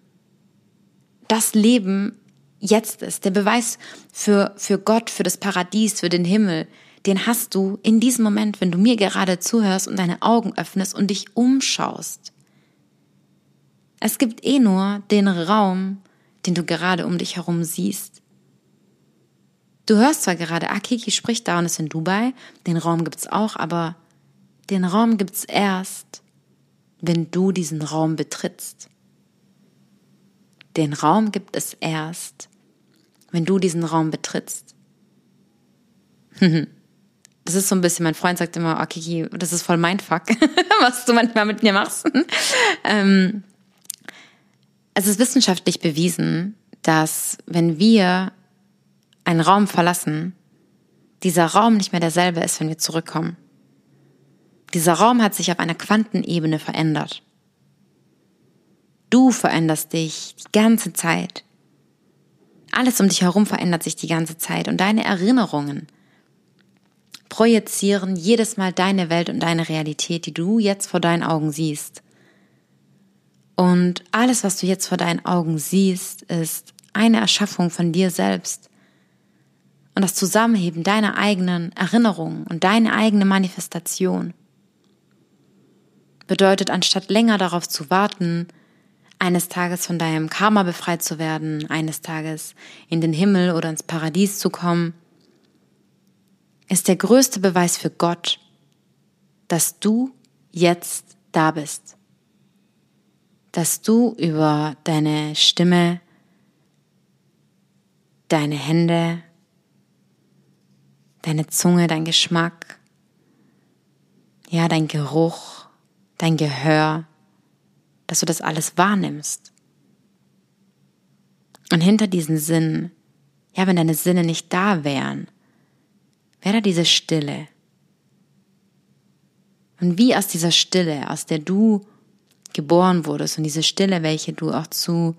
jetzt ist, der Beweis für Gott, für das Paradies, für den Himmel, den hast du in diesem Moment, wenn du mir gerade zuhörst und deine Augen öffnest und dich umschaust. Es gibt nur den Raum, den du gerade um dich herum siehst. Du hörst zwar gerade, Kiki spricht da und ist in Dubai, den Raum gibt's auch, aber den Raum gibt's erst, wenn du diesen Raum betrittst. Den Raum gibt es erst, wenn du diesen Raum betrittst. Das ist so ein bisschen, mein Freund sagt immer, Kiki, das ist voll Mindfuck, was du manchmal mit mir machst. Es ist wissenschaftlich bewiesen, dass wenn wir einen Raum verlassen, dieser Raum nicht mehr derselbe ist, wenn wir zurückkommen. Dieser Raum hat sich auf einer Quantenebene verändert. Du veränderst dich die ganze Zeit. Alles um dich herum verändert sich die ganze Zeit und deine Erinnerungen projizieren jedes Mal deine Welt und deine Realität, die du jetzt vor deinen Augen siehst. Und alles, was du jetzt vor deinen Augen siehst, ist eine Erschaffung von dir selbst. Und das Zusammenheben deiner eigenen Erinnerungen und deine eigene Manifestation bedeutet, anstatt länger darauf zu warten, eines Tages von deinem Karma befreit zu werden, eines Tages in den Himmel oder ins Paradies zu kommen, ist der größte Beweis für Gott, dass du jetzt da bist. Dass du über deine Stimme, deine Hände, deine Zunge, dein Geschmack, ja, dein Geruch, dein Gehör, dass du das alles wahrnimmst. Und hinter diesen Sinnen, ja, wenn deine Sinne nicht da wären, wäre da diese Stille. Und wie aus dieser Stille, aus der du geboren wurdest und diese Stille, welche du auch zu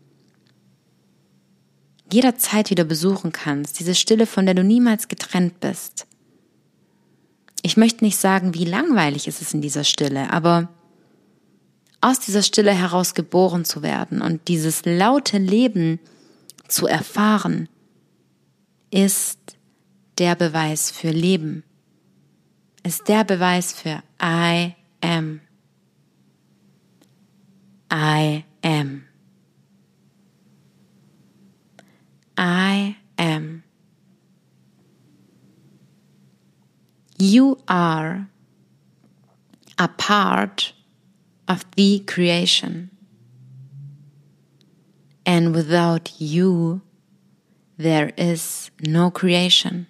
jeder Zeit wieder besuchen kannst, diese Stille, von der du niemals getrennt bist. Ich möchte nicht sagen, wie langweilig ist es in dieser Stille, aber aus dieser Stille heraus geboren zu werden und dieses laute Leben zu erfahren, ist der Beweis für Leben, ist der Beweis für I am. I am. I am. You are a part of the creation. And without you, there is no creation.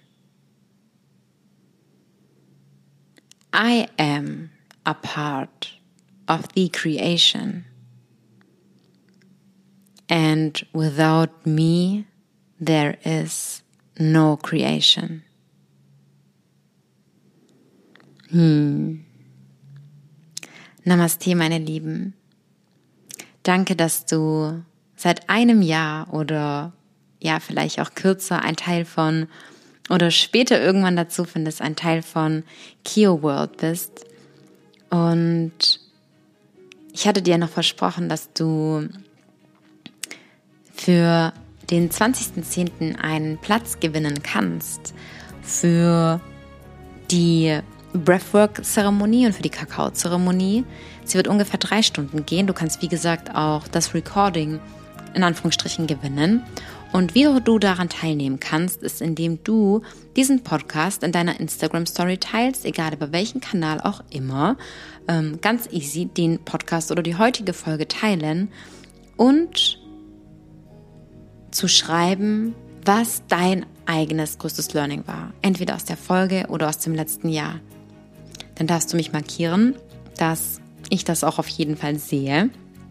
I am a part of the creation. And without me, there is no creation. Namaste, meine Lieben. Danke, dass du seit einem Jahr oder ja, vielleicht auch kürzer ein Teil von oder später irgendwann dazu findest, ein Teil von Kio World bist. Und ich hatte dir noch versprochen, dass du für den 20.10. einen Platz gewinnen kannst für die Breathwork-Zeremonie und für die Kakao-Zeremonie. Sie wird ungefähr 3 Stunden gehen. Du kannst, wie gesagt, auch das Recording in Anführungsstrichen gewinnen. Und wie du daran teilnehmen kannst, ist, indem du diesen Podcast in deiner Instagram-Story teilst, egal über welchen Kanal auch immer. Ganz easy den Podcast oder die heutige Folge teilen und zu schreiben, was dein eigenes größtes Learning war. Entweder aus der Folge oder aus dem letzten Jahr. Dann darfst du mich markieren, dass ich das auch auf jeden Fall sehe.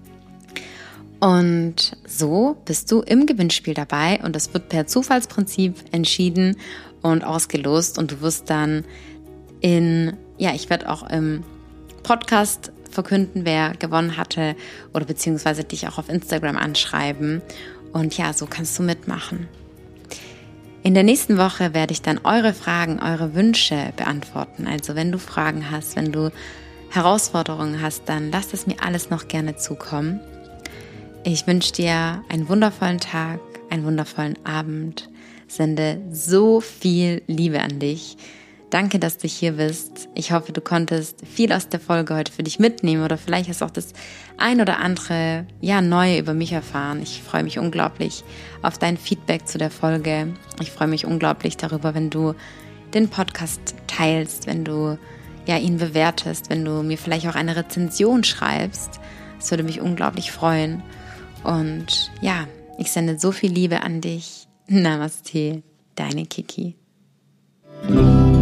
Und so bist du im Gewinnspiel dabei und das wird per Zufallsprinzip entschieden und ausgelost und du wirst dann ich werde auch im Podcast verkünden, wer gewonnen hatte oder beziehungsweise dich auch auf Instagram anschreiben und ja, so kannst du mitmachen. In der nächsten Woche werde ich dann eure Fragen, eure Wünsche beantworten. Also wenn du Fragen hast, wenn du Herausforderungen hast, dann lass es mir alles noch gerne zukommen. Ich wünsche dir einen wundervollen Tag, einen wundervollen Abend, sende so viel Liebe an dich. Danke, dass du hier bist. Ich hoffe, du konntest viel aus der Folge heute für dich mitnehmen oder vielleicht hast auch das ein oder andere Neue über mich erfahren. Ich freue mich unglaublich auf dein Feedback zu der Folge. Ich freue mich unglaublich darüber, wenn du den Podcast teilst, wenn du ihn bewertest, wenn du mir vielleicht auch eine Rezension schreibst. Das würde mich unglaublich freuen. Und ja, ich sende so viel Liebe an dich. Namaste, deine Kiki.